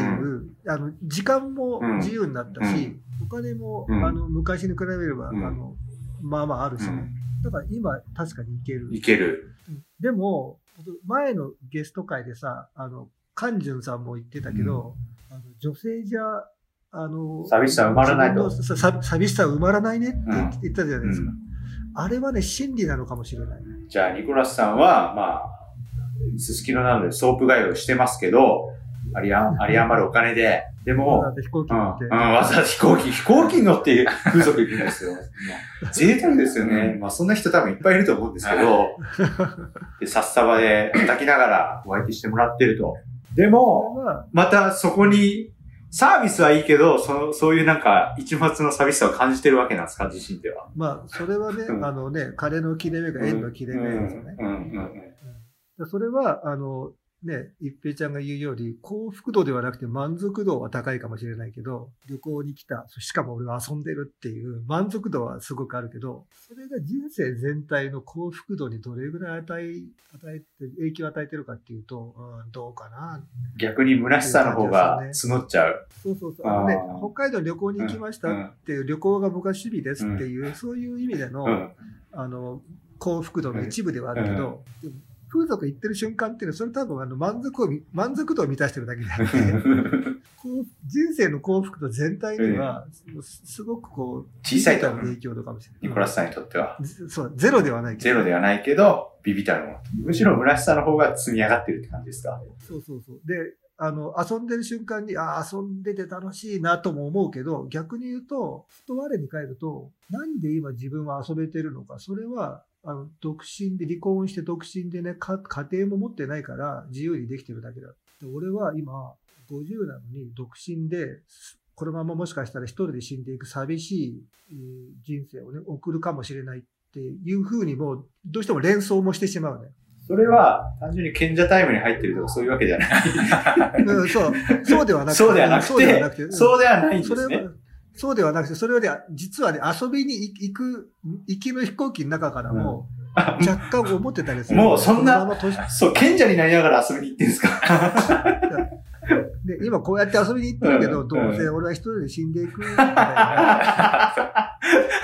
うん、あの、時間も自由になったし、うん、お金も、うん、あの、昔に比べれば、うん、あの、まあまああるし、うん、だから今確かに行ける。 行ける。 でも、前のゲスト会でさ、あの、カンジュンさんも言ってたけど、うん、あの女性じゃ、あの、 寂しさ埋まらないと。 寂しさ埋まらないねって言ったじゃないですか。うんうん、あれはね、真理なのかもしれない。 じゃあ、ニコラスさんは、まあ、すすきのなのでソープ通いをしてますけど、有り余るお金で、でも、 わざわざ飛行機乗って。 うん、うん、わざわざ飛行機、飛行機に乗って風俗行くんですよ。贅沢ですよね。まあ、そんな人多分いっぱいいると思うんですけど、で、札束で叩きながらお相手してもらってると。でも、またそこにサービスはいいけど、その、そういうなんか、一末の寂しさを感じてるわけなんですか、自身では。 まあ、それはね、うん、あのね、金の切れ目が縁の切れ目ですよね。それは、あの、ね、一平ちゃんが言うように、幸福度ではなくて満足度は高いかもしれないけど、旅行に来た、しかも俺は遊んでるっていう満足度はすごくあるけど、それが人生全体の幸福度にどれぐらい与え、与えて、影響を与えてるかっていうと、うん、どうかな。 逆に虚しさの方が募っちゃう。 そうそうそう。あのね、北海道旅行に行きましたっていう、うん、旅行が僕は趣味ですっていう、うん、そういう意味での、うん、あの、幸福度の一部ではあるけど、うんうん、風俗行ってる瞬間っていうのは、それ多分あの満足を、満足度を満たしてるだけであって、人生の幸福度全体には、すごくこう、 小さいと影響度かもしれない。 ニコラスさんにとっては。 そう、ゼロではないけど。 ゼロではないけど、ビビたるもの。むしろ虚しさの方が積み上がってるって感じですか？ そうそうそう。で、あの、遊んでる瞬間に、ああ、遊んでて楽しいなとも思うけど、逆に言うと、ふと我に返ると、なんで今自分は遊べてるのか、それは、あの、独身で、離婚して独身でね、か家庭も持ってないから自由にできてるだけだ。で俺は今、ごじゅうなのに独身で、このままもしかしたら一人で死んでいく寂しい、えー、人生をね、送るかもしれないっていうふうにもう、どうしても連想もしてしまうね。 それは、単純に賢者タイムに入ってるとかそういうわけではない。 うん、そう。そうではなくて。 そうではなくて。そうではなくて。そうではないんですね。それはそうではなくて、それはね、実はね、遊びに行く、行きの飛行機の中からも、若干思ってたりする。 もうそんな、そう、賢者になりながら遊びに行ってんですか？ で今こうやって遊びに行ってるけど、うん、どうせ俺は一人で死んでいくみたいな。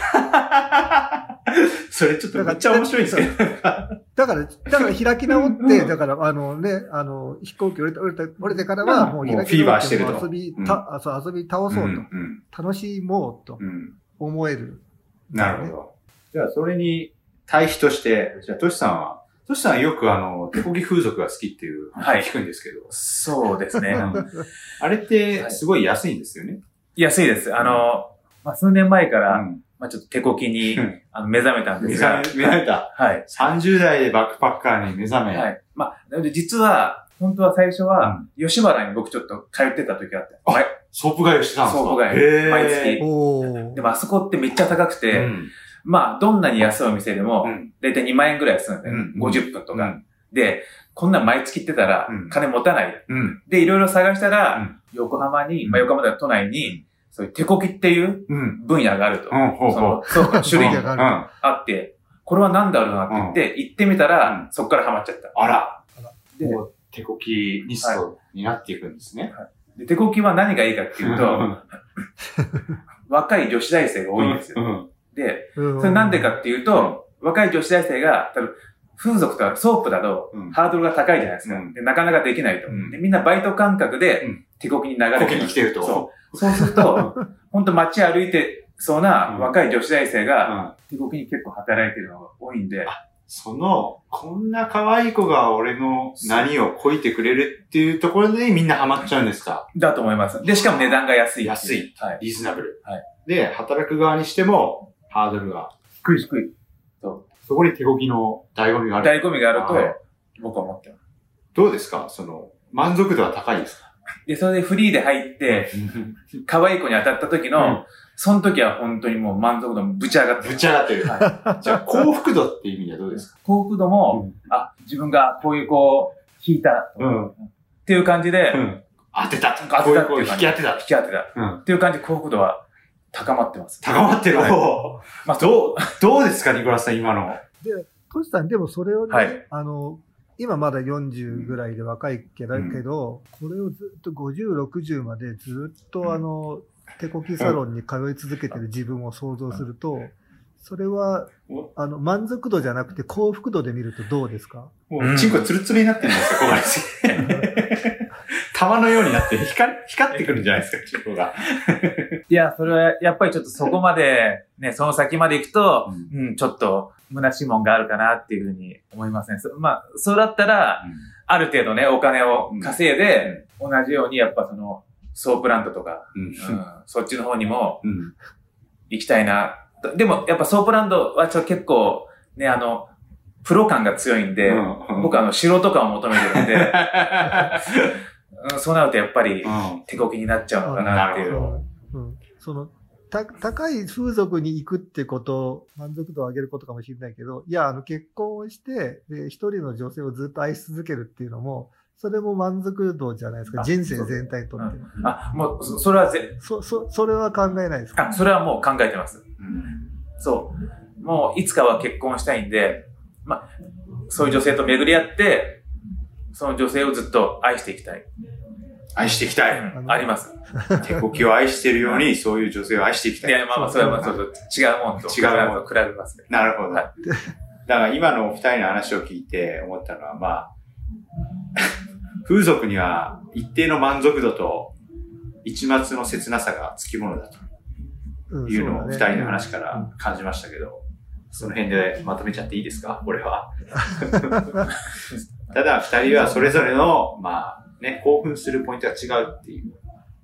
それちょっとめっちゃ面白いですけど。 だから、だから開き直って、だからあのね、あの、飛行機降りて、降りて、降りてからはもう開き直って遊び、うん、たそう遊び倒そうと、うんうん、楽しもうと思える、 うん。なるほど。じゃあそれに対比として、じゃあトシさんは、トシさんはよくあの、手漕ぎ風俗が好きっていう話聞くんですけど。はい、 そうですね。 あれってすごい安いんですよね。 安いです。あの、まあ、数年前から、うんまあちょっと手こきに、うん、あの目覚めたんですが。 目覚めた。 はい。 さんじゅう代でバックパッカーに目覚め。 はい。まあ、なので実は、本当は最初は、うん、吉原に僕ちょっと通ってた時があって。 はい。ソープ通いしてたんですか？ ソープ通い。毎月。おでもあそこってめっちゃ高くて、うん、まあ、どんなに安いお店でも、だいたいにまん円ぐらいするんで、うん、ごじゅっぷんとか、うん。で、こんなん毎月行ってたら、金持たない。うん、で、いろいろ探したら、うん、横浜に、まあ横浜では都内に、そういう手こきっていう分野があると。うん、ほうほうそうか、種類があって、これは何だろうなって言って、行ってみたら、うん、そこからハマっちゃった。 あら。で、手こきニストになっていくんですね。 はい、で手こきは何がいいかっていうと、若い女子大生が多いんですよ。うんうん、で、それなんでかっていうと、若い女子大生が、多分、風俗とかソープだと、ハードルが高いじゃないですか。うん、でなかなかできないと、うん。で。みんなバイト感覚で、手こきに流れてる。 こきに来てると。 そう。そうすると、本当街歩いてそうな若い女子大生が、手こきに結構働いてるのが多いんで。うん、 その、こんな可愛い子が俺の何をこいてくれるっていうところでみんなハマっちゃうんですか？ だと思います。で、しかも値段が安い。 安い。 はい。 リーズナブル。 はい。 で、働く側にしても、ハードルが低い低い。 そう。そこに手こきの醍醐味がある。 醍醐味があると、はい、僕は思ってます。 どうですか？その、満足度は高いですか？ で、それでフリーで入って、可愛い子に当たった時の、うん、その時は本当にもう満足度もぶち上がってる。 ぶち上がってる。はい、じゃあ幸福度っていう意味ではどうですか？ 幸福度も、うん、あ、自分がこういう子を引いた、うん、っていう感じで、うん、 当てた。 当てたっていう感じ。 引き当てた。 引き当てた。うん、っていう感じで幸福度は高まってます。 高まってる。はい、まあ、どう、どうですか、ニコラスさん、今の。 で、トシさん、でもそれをね、はい、あの、今まだよんじゅうぐらいで若いけど、うん、これをずっとごじゅう、ろくじゅうまでずっとあの、手こきサロンに通い続けてる自分を想像すると、それは、あの、満足度じゃなくて幸福度で見るとどうですか？ もう、チンコツルツルになってるんですか、ここまで。玉のようになって光、光ってくるんじゃないですか、チンコが。 いや、それはやっぱりちょっとそこまで、ね、その先まで行くと、うん、うん、ちょっと、虚しいもんがあるかなっていうふうに思いますね。まあ、そうだったら、うん、ある程度ね、お金を稼いで、うん、同じようにやっぱその、ソープランドとか、うんうん、そっちの方にも、行きたいな。でも、やっぱソープランドはちょっと結構、ね、あの、プロ感が強いんで、うんうん、僕はあの、素人感を求めてるんで、 うん、そうなるとやっぱり手こきになっちゃうのかなっていう。 うん、そのた高い風俗に行くってことを満足度を上げることかもしれないけど、いや、あの結婚をして、で、一人の女性をずっと愛し続けるっていうのも、それも満足度じゃないですか。人生全体にとって。 うん、あ、もう、それはぜ、 そ、そ、それは考えないですか？ あ、それはもう考えてます。うん、そう。もう、いつかは結婚したいんで、まあ、そういう女性と巡り合って、その女性をずっと愛していきたい。 愛していきたい。 うん、あります。 手こきを愛しているように、そういう女性を愛していきたい。 いや、まあまあ、それはまあ、そうそう、違うもんと。 違うもんと比べますね。 なるほど。はい、だから今のお二人の話を聞いて思ったのは、まあ、風俗には一定の満足度と一末の切なさがつきものだというのを二人の話から感じましたけど、その辺でまとめちゃっていいですか？これは。ただ二人はそれぞれの、まあね、興奮するポイントが違うっていう。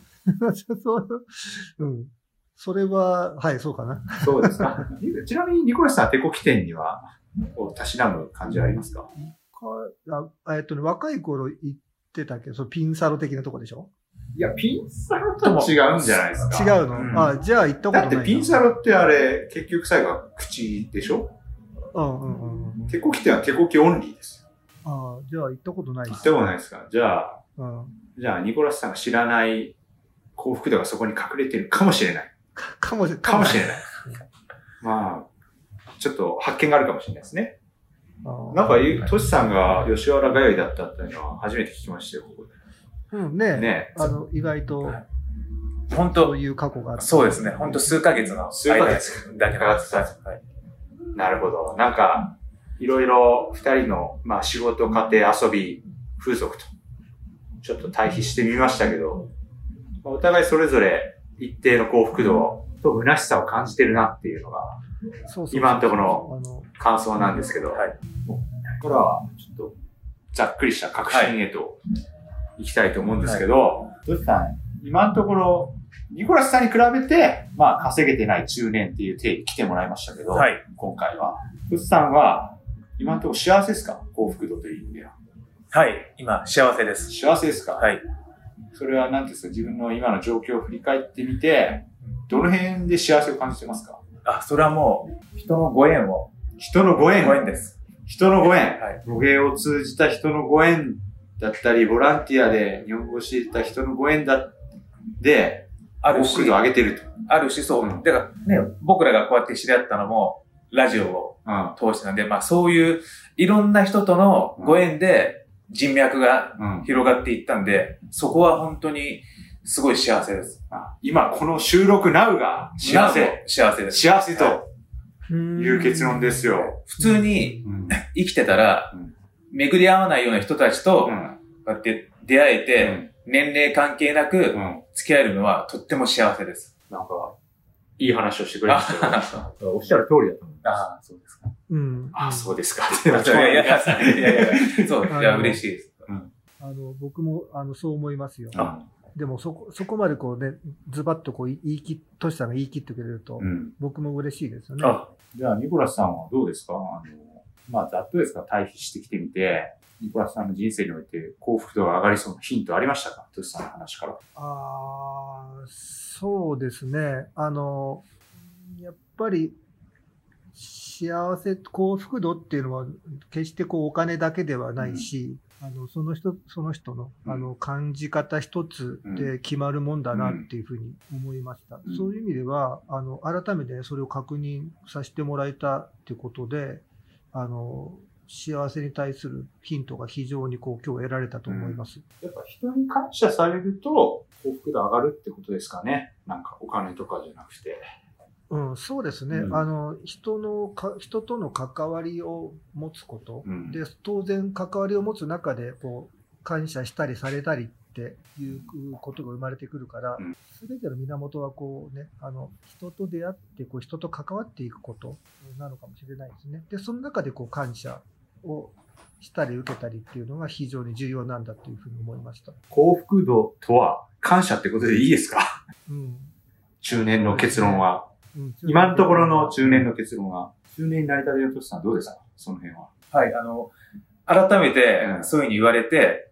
うん。それは、はい、そうかな。 そうですか。ちなみにニコラスさん、手こき店には、たしなむ感じはありますか？ あえっとね、若い頃行ってたけど、そのピンサロ的なとこでしょ？ いや、ピンサロと違うんじゃないですか。 違うの、うん、あ、じゃあ行ったことないな。 だってピンサロってあれ、結局最後は口でしょ？ うんうんうん。 手こき店は手こきオンリーです。 ああ、じゃあ行ったことないです。 行ったことないですか？じゃあ、 うん、 じゃあニコラスさんが知らない幸福度がそこに隠れてるかもしれない。 かもしれない。 かもしれない。まあ、ちょっと発見があるかもしれないですね。なんか、トシさんが吉原通いだったっていうのは初めて聞きましたよ、ここで。 うん、ね。 ね。 あの、意外と、 本当そういう過去がある。 そうですね。本当数ヶ月の。 数ヶ月だけだった。はい。 なるほど。なんか、いろいろ二人の、まあ仕事、家庭、遊び、風俗と、ちょっと対比してみましたけど、お互いそれぞれ一定の幸福度と虚しさを感じてるなっていうのが、今のところの感想なんですけど、はい、ここからはちょっとざっくりした確信へと行きたいと思うんですけど、トシさん、今のところ、ニコラスさんに比べて、まあ稼げてない中年っていう定義来てもらいましたけど、はい、今回は。トシさんは、今のところ幸せですか？幸福度という意味では。 はい、今幸せです。 幸せですか？ はい。 それは何ですか？自分の今の状況を振り返ってみて、どの辺で幸せを感じてますか？ あ、それはもう、人のご縁を。 人のご縁ご縁です。 人のご縁。はい。語芸を通じた人のご縁だったり、ボランティアで日本語を教えた人のご縁だ、で、 あるし、 幸福度を上げてると。 あるし、そう。うん、だからね、僕らがこうやって知り合ったのも、ラジオを通してなんで、うん、まあそういう、いろんな人とのご縁で人脈が広がっていったんで、うん、そこは本当に、すごい幸せです。 今この収録ナウが幸せ。 幸せです。 幸せという結論ですよ。 普通に生きてたら、巡り合わないような人たちと、こうやって出会えて、年齢関係なく付き合えるのはとっても幸せです。 なんか、いい話をしてくれましたよ。おっしゃる通りだと思います。 ああ、そうですか。 うん。 ああ、そうですか。 いやいやいや、いやいや、そう、いや、嬉しいです。 あの、僕も、あの、そう思いますよ。でもそこ、そこまでこうね、ズバッとこう言い切、トシさんが言い切ってくれると、うん、僕も嬉しいですよね。 あ、じゃあニコラスさんはどうですか？あの、まあ、ざっとですか、対比してきてみて、ニコラスさんの人生において幸福度が上がりそうなヒントありましたか？トシさんの話から。 ああ、そうですね。あの、やっぱり、幸せ、幸福度っていうのは、決してこうお金だけではないし、うん、あの、その人、その人の、あの、感じ方一つで決まるもんだなっていうふうに思いました。うん、そういう意味では、あの、改めてそれを確認させてもらえたっていうことで、あの、幸せに対するヒントが非常にこう今日得られたと思います。 うん、やっぱ人に感謝されると幸福度上がるってことですかね。なんかお金とかじゃなくて。 うん、そうですね。うん、あの、人のか、人との関わりを持つこと、うん、で、当然関わりを持つ中で、こう、感謝したりされたりっていうことが生まれてくるから、すべ、うん、ての源はこうね、あの、人と出会って、こう、人と関わっていくことなのかもしれないですね。で、その中でこう、感謝をしたり受けたりっていうのが非常に重要なんだというふうに思いました。 幸福度とは感謝ってことでいいですか？うん。中年の結論は。うん、今のところの中年の結論は、中年になりたてのトシさんどうですか？その辺は。 はい、あの、改めてそういうふうに言われて、うん、あ、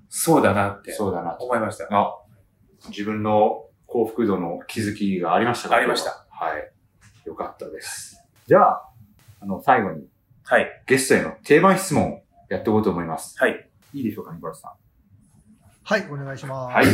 そうだなって。 そうだな思いました。 あ、自分の幸福度の気づきがありましたか？ ありました。 はい。よかったです。じゃあ、あの、最後に。 はい。 ゲストへの定番質問をやっていこうと思います。 はい。 いいでしょうか、ニコラスさん。 はい、お願いします。 はい。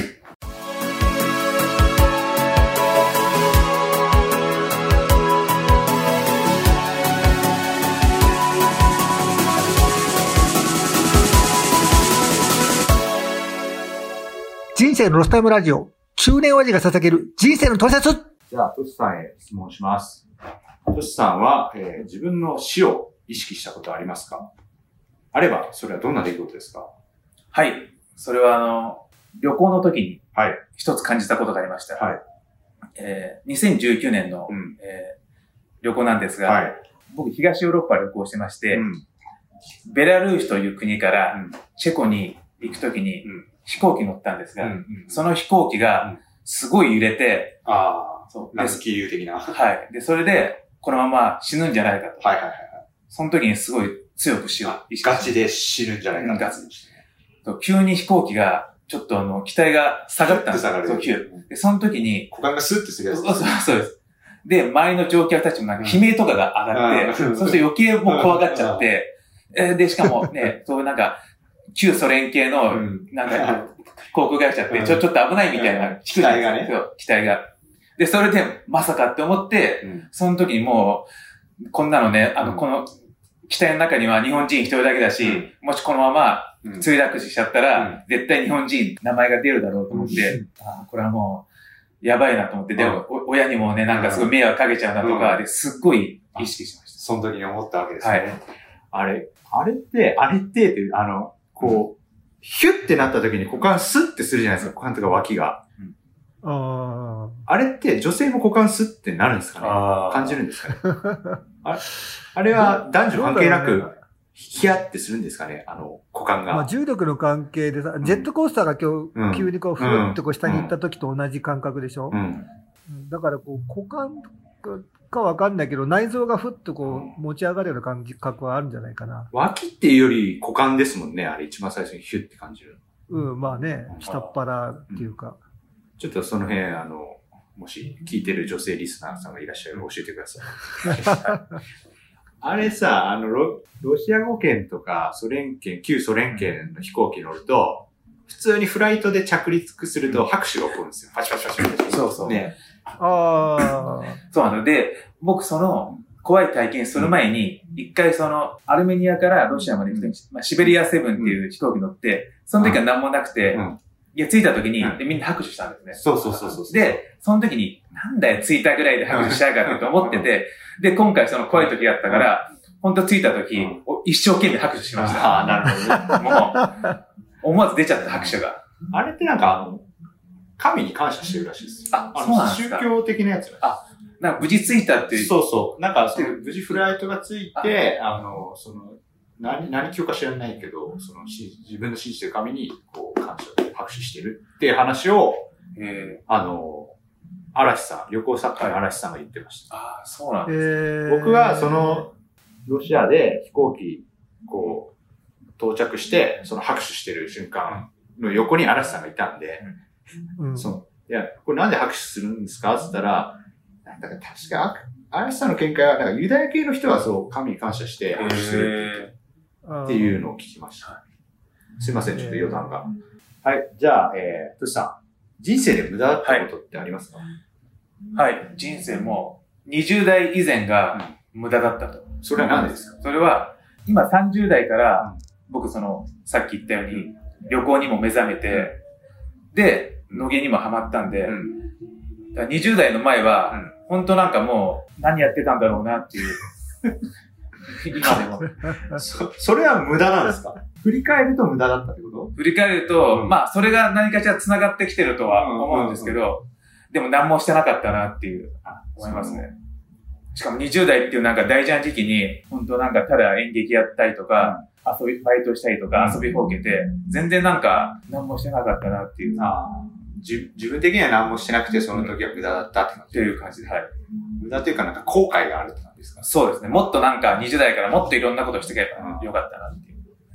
人生のロスタイムラジオ、中年親父が捧げる人生のトリセツ。 じゃあ、トシさんへ質問します。トシさんは、えー、自分の死を意識したことはありますか？あれば、それはどんな出来事ですか？ はい。それは、あの、旅行の時に、 はい。 一つ感じたことがありました。 はい。 えー、にせんじゅうきゅうねんの、うんえー、旅行なんですが、はい、僕、東ヨーロッパ旅行してまして、うん、ベラルーシという国から、チェコに行く時に、うん飛行機乗ったんですが、うんうん、その飛行機がすごい揺れて、 うん、ああ、そう。ラスキー流的な。 はい。で、それで、このまま死ぬんじゃないかと。 はいはいはい。 その時にすごい強く死を意識して。 ガチで死ぬんじゃないかと。 ガチで。急に飛行機が、ちょっとあの、機体が下がったんですよ。そう、急。で、その時に、 股間がスッてするやつ。 そうそうそうです。で、周りの乗客たちもなんか悲鳴とかが上がって、うん、そして余計もう怖がっちゃって、うん、で、しかもね、そういうなんか、旧ソ連系の、なんか、航空会社って、ちょ、ちょっと危ないみたいな、 機体がね。 機体が。で、それで、まさかって思って、その時にもう、こんなのね、あの、この、機体の中には日本人一人だけだし、もしこのまま、墜落死しちゃったら、絶対日本人、名前が出るだろうと思って、あこれはもう、やばいなと思って、でも、親にもね、なんかすごい迷惑かけちゃうなとか、ですっごい意識しました。 その時に思ったわけですね。はい。あれ、あれって、あれってって、あの、こう、ヒュッってなった時に股間スッってするじゃないですか。股間とか脇が。うん、あ, あれって女性も股間スッってなるんですかね？感じるんですかね？あれあれは男女関係なく、ヒヤってするんですかね？あの、股間が。 まあ、重力の関係でさ、ジェットコースターが今日、急にこう、ふーってこう下に行った時と同じ感覚でしょ？うん、だからこう、股間かわかんないけど、内臓がふっとこう、持ち上がるような感覚はあるんじゃないかな。 脇っていうより股間ですもんね。あれ一番最初にヒュッて感じる。 うん、まあね、下っ腹っていうか。うん、 ちょっとその辺、あの、もし聞いてる女性リスナーさんがいらっしゃれば教えてください。あれさ、あのロ、ロシア語圏とかソ連圏、旧ソ連圏の飛行機乗ると、普通にフライトで着陸すると拍手が起こるんですよ。パチパチパチパチ。 そうそう。 ね。ああ。 そうなので、僕その怖い体験する前に、一回そのアルメニアからロシアまで行くとき、まあ、シベリアセブンっていう飛行機乗って、その時は何もなくて、うん、いや、着いた時に、でみんな拍手したんですね。 そうそうそうそう。 で、その時に、なんだよ、着いたぐらいで拍手したいかって思ってて、で、今回その怖い時だったから、本当着いた時、うん、一生懸命拍手しました。 ああ、なるほどね。 もう、思わず出ちゃった拍手が。 あれってなんかあの、神に感謝してるらしいです。 あ、そうなんですか。 宗教的なやつらしい。 あ、なんか無事着いたっていう。 そうそう。なんか、無事フライトがついて、あの、その、何、何教か知らないけど、その、自分の信じてる神に、こう、感謝で拍手してるっていう話を、えー、あの、嵐さん、旅行作家の嵐さんが言ってました。 ああ、そうなんですね。えー、僕は、その、ロシアで飛行機、こう、到着して、その拍手してる瞬間の横に嵐さんがいたんで、うん、そう。いや、これなんで拍手するんですかって言ったら、なんだか確か、嵐さんの見解は、なんかユダヤ系の人はそう、神に感謝して拍手するっていうのを聞きました。すいません、ちょっと余談が。はい、じゃあ、えー、トシさん、人生で無駄だったことってありますか？ はい、はい、人生もにじゅう代以前が無駄だったと。 それは何ですか？ それは、今さんじゅう代から、僕その、さっき言ったように、旅行にも目覚めて、で、野毛にもハマったんで、うん、にじゅう代の前は、うん、本当なんかもう、何やってたんだろうなっていう。今でもそ。それは無駄なんですか？振り返ると無駄だったってこと？ 振り返ると、うん、まあ、それが何かしら繋がってきてるとは思うんですけど、うんうんうん、でも何もしてなかったなっていう、思いますね。しかもにじゅう代っていうなんか大事な時期に、本当なんかただ演劇やったりとか、遊び、バイトしたりとか遊びほうけて、全然なんか何もしてなかったなっていう。あ自, 自分的には何もしてなくて、その時は無駄だったって感じ。 っていう感じで、はい。 無駄というかなんか後悔があるって感じですか？ そうですね。もっとなんかにじゅう代からもっといろんなことしていけばよかったなっていう。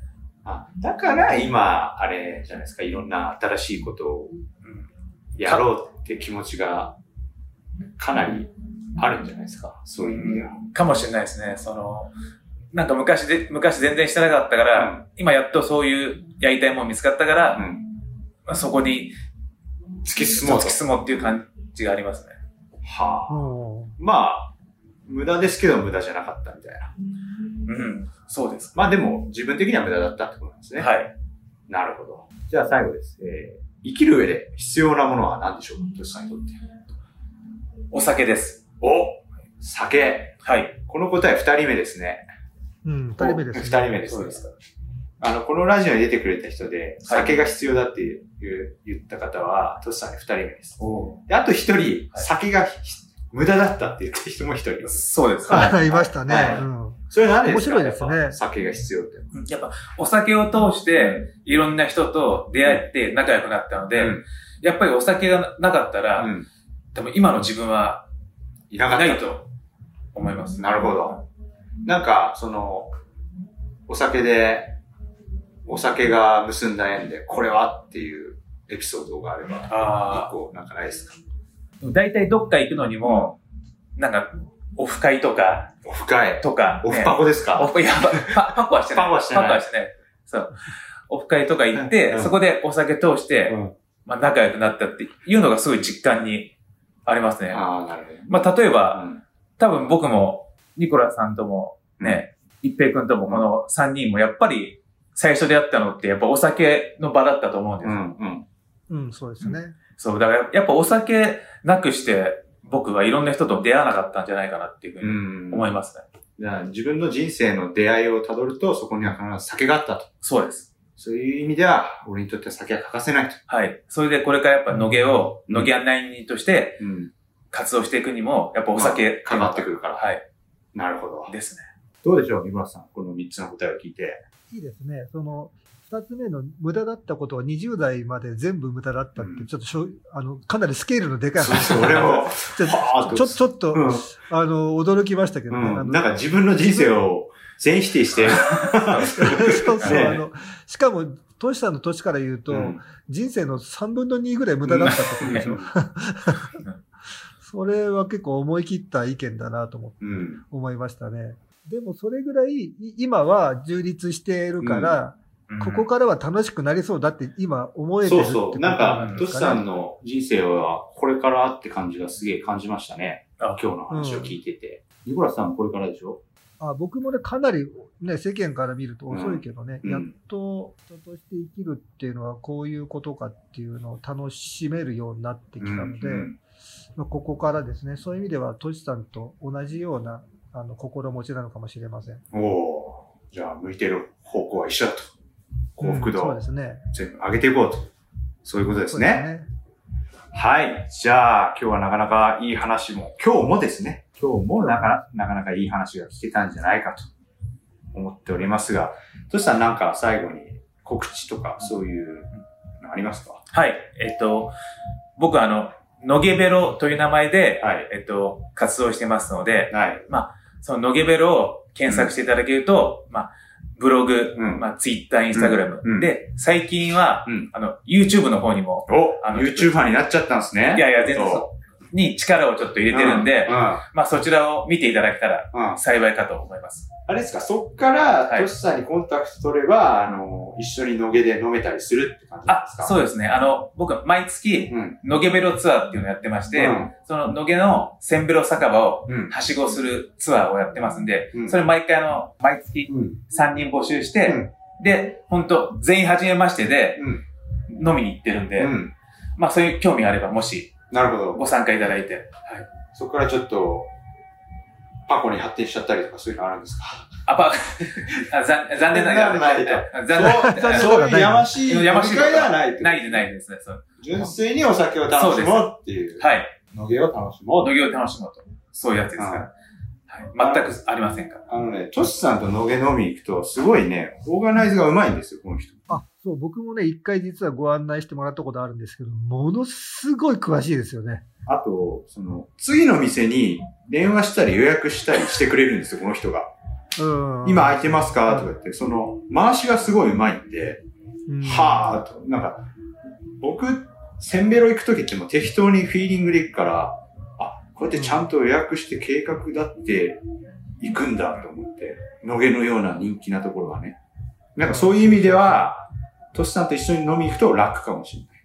あ、だから今、あれじゃないですか、いろんな新しいことをやろうって気持ちがかなりあるんじゃないですか、そういう意味では。 かもしれないですね。その、なんか昔で、昔全然してなかったから、うん、今やっとそういうやりたいもの見つかったから、うん、まあ、そこに突き進もう。 突き進もうっていう感じがありますね。 はあ。まあ、無駄ですけど無駄じゃなかったみたいな。 うん。そうです。 まあでも、自分的には無駄だったってことなんですね。 はい。 なるほど。じゃあ最後です。えー、生きる上で必要なものは何でしょう、トシさんにとって。 お酒です。 お酒。 はい。 この答え二人目ですね。 うん、二人目です、ね。 二人目です。そうですか。あの、このラジオに出てくれた人で、酒が必要だっていう、言った方は、トシさんに二人目です。で、あと一人、酒が無駄だったって言った人も一人です。 そうです。 はい、いましたね。 はい、うん。それ何ですか？ 面白いですね。 酒が必要って。 やっぱ、お酒を通して、いろんな人と出会って仲良くなったので、うん、やっぱりお酒がなかったら、うん、多分今の自分はいないと思います。 なるほど。なんか、その、お酒で、お酒が結んだ縁で、これはっていうエピソードがあれば、一個なんかないですか？ 大体どっか行くのにも、なんか、オフ会とか、 オフ会とか、 オフパコですか？ オフ、いや、パ、パコはしてない。 パコはしてない。 パコはしてない。そう。オフ会とか行って、うん、そこでお酒通して、うん、まあ仲良くなったっていうのがすごい実感にありますね。 ああ、なるほど。 まあ例えば、うん、多分僕も、ニコラさんともね、一平くんともこの三人もやっぱり最初でやったのってやっぱお酒の場だったと思うんですよ。 うん、うん。うん、そうですね。 そう、だからやっぱお酒なくして僕はいろんな人と出会わなかったんじゃないかなっていうふうに思いますね。 じゃあ自分の人生の出会いをたどるとそこには必ず酒があったと。 そうです。 そういう意味では俺にとっては酒は欠かせないと。 はい。それでこれからやっぱ野毛を、野毛案内人として活動していくにもやっぱお酒、 かかってくるから。 はい。 なるほど。 ですね。 どうでしょう、三村さん。この三つの答えを聞いて。 いいですね。その、二つ目の無駄だったことはにじゅう代まで全部無駄だったって、うん、ちょっとしょ、あの、かなりスケールのでかい話。 そうそう、俺も。 ちょ、ちょ、ちょっと、うん、あの、驚きましたけどね。 うん、あのなんか自分の人生を全否定して。 そうそう、ね、あの、しかも、トシさんの年から言うと、うん、人生のさんぶんのにぐらい無駄だったってことでしょ。それは結構思い切った意見だなと思って、うん、思いましたね。でもそれぐらい今は充実しているから、うん、ここからは楽しくなりそうだって今思えてるってことなんですかね。そうそう。なんか、トシさんの人生はこれからって感じがすげえ感じましたね。今日の話を聞いてて。ニコラスさんこれからでしょ？ あ、僕もね、かなりね、世間から見ると遅いけどね、うん、やっと人として生きるっていうのはこういうことかっていうのを楽しめるようになってきたので、うんうんまあ、ここからですね、そういう意味ではトシさんと同じようなあの心持ちなのかもしれません。 おお、じゃあ向いてる方向は一緒だと。幸福度を全部上げていこうと。そういうことですね。そうですね。はい。じゃあ今日はなかなかいい話も、今日もですね、今日もなかなかなかいい話が聞けたんじゃないかと思っておりますが、トシさんなんか最後に告知とかそういうのありますか？ はい。えっと、僕あの、野毛ベロという名前で、はい、えっと、活動してますので、はい、まあ、その野毛ベロを検索していただけると、うん、まあ、ブログ、うん、まあ、ツイッター、インスタグラム、うん、で、最近は、うん、あの、YouTube の方にも、 お、あの、YouTuber になっちゃったんですね。 いやいや、全然そう。に力をちょっと入れてるんで、うんうん、まあそちらを見ていただけたら幸いかと思います。 うん、あれですか、そっから、トシさんにコンタクト取れば、あの、一緒に野毛で飲めたりするって感じなんですか？ あ、そうですね。あの、僕、毎月、野毛ベロツアーっていうのをやってまして、うん、その野毛のせんベロ酒場をはしごするツアーをやってますんで、うん、それ毎回あの、毎月さんにん募集して、うん、で、本当全員初めましてで、飲みに行ってるんで、うん、まあそういう興味があれば、もし、 なるほど。 ご参加いただいて。はい。 そこからちょっと、パコに発展しちゃったりとかそういうのあるんですか？ あ、パ、あ残残念ながら。 ないと。残念。そういうやましい。 やましい。 ではない。 ないでないですね。そう。 純粋にお酒を楽しもうっていう。 はい。 野毛を楽しもう。 野毛を楽しもうと。そういうやつですから。はい。全くありませんから。 あのね、トシさんと野毛飲み行くと、すごいね、オーガナイズがうまいんですよ、この人。 あ、そう、僕もね、一回実はご案内してもらったことあるんですけど、ものすごい詳しいですよね。 あと、その、次の店に電話したり予約したりしてくれるんですよ、この人が。 今空いてますかとか言って、その、回しがすごい上手いんで、うん、はぁーと、なんか、僕、センベロ行くときってもう適当にフィーリングで行くから、あ、こうやってちゃんと予約して計画だって行くんだと思って、野毛のような人気なところはね。なんかそういう意味では、トシさんと一緒に飲みに行くと楽かもしれないです。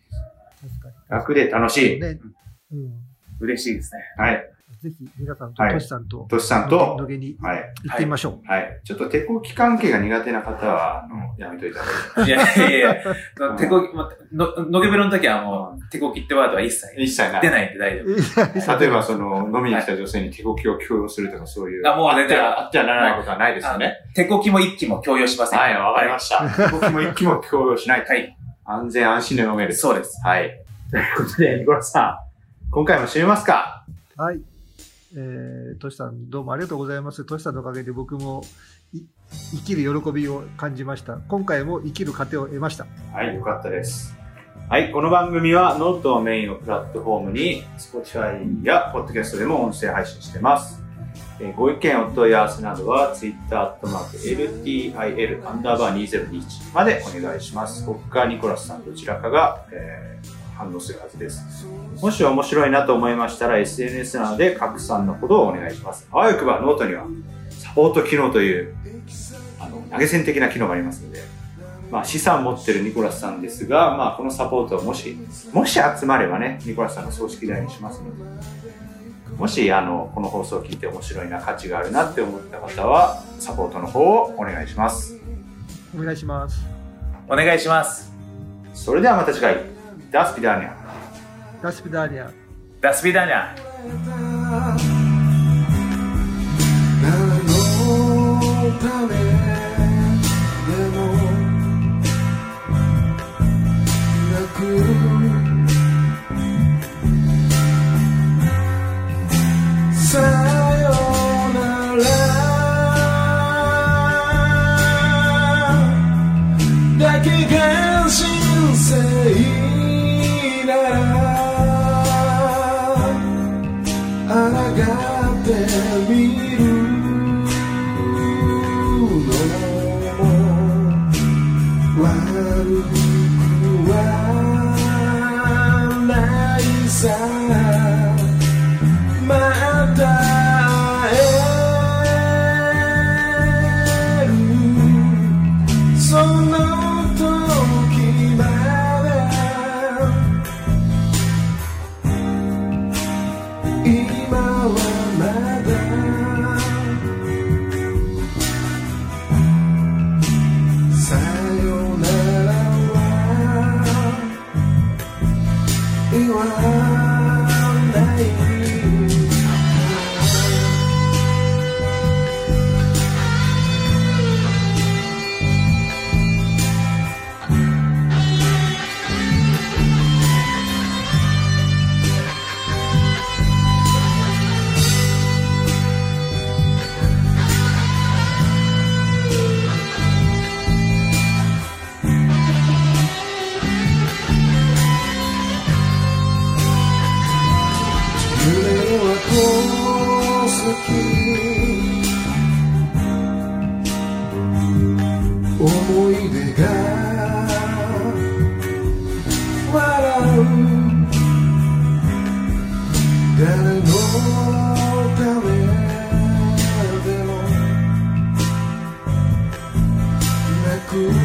確かに。楽で楽しい。ね、 うん。嬉しいですね。 はい。 ぜひ皆さんとトシさんと、 トシさんと、 野毛に行ってみましょう。はい。はい、ちょっと手こき関係が苦手な方は、あの、やめといた方がいい。 いやいやいや、手こき、の、野毛ベロの時はもう、手こきってワードは一切。 一切ない。 出ないんで大丈夫。 例えば、その、飲みに来た女性に手こきを強要するとかそういう。 あ、もう全然。 あってはならないことはないですよね。 手こきも一気も強要しません。 はい、わかりました。手こきも一気も強要しない。 はい。 安全安心で飲める。 そうです。 はい。ということで、ニコラスさん、今回も締めますか？ はい。えー、トシさんどうもありがとうございます。トシさんのおかげで僕も生きる喜びを感じました。今回も生きる糧を得ました。 はい、よかったです。はい、この番組はノートをメインのプラットフォームに Spotify や Podcast でも音声配信しています。えー、ご意見お問い合わせなどは Twitter アットマーク エルティーアイエル アンダーバーにせんにじゅういちまでお願いします。僕かニコラスさんどちらかが、えー反応するはずです。もし面白いなと思いましたら エスエヌエス などで拡散のほどをお願いします。あわよくばノートにはサポート機能というあの投げ銭的な機能がありますので、まあ資産持ってるニコラスさんですが、まあこのサポートをもしもし集まればね、ニコラスさんの葬式代にしますので、もしあのこの放送を聞いて面白いな、価値があるなって思った方はサポートの方をお願いします。 お願いします。 お願いします。 それではまた次回。ダスピダーニャ。 ダスピダーニャ。 ダスピダーニャ。 誰のためでもなくさよならだけが人生抗ってみるのも悪くはないさ。また会えるその時まで今はまださよならは言わない思い出が笑う誰のためでもなく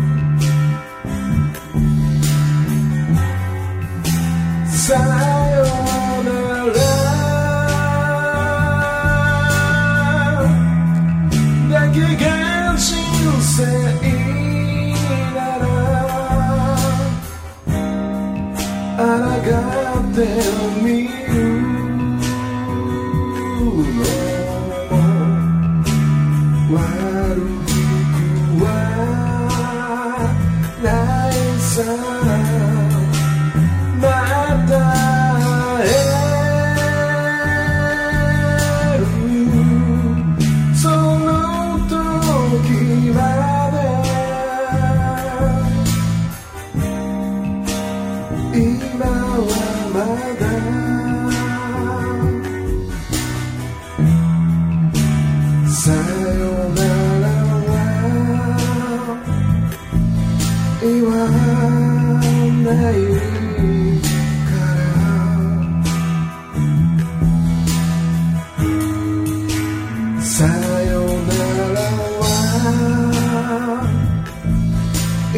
さよならだけが人生なら抗ってみるの悪くはないさ。また会えるその時まで今はまだ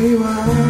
は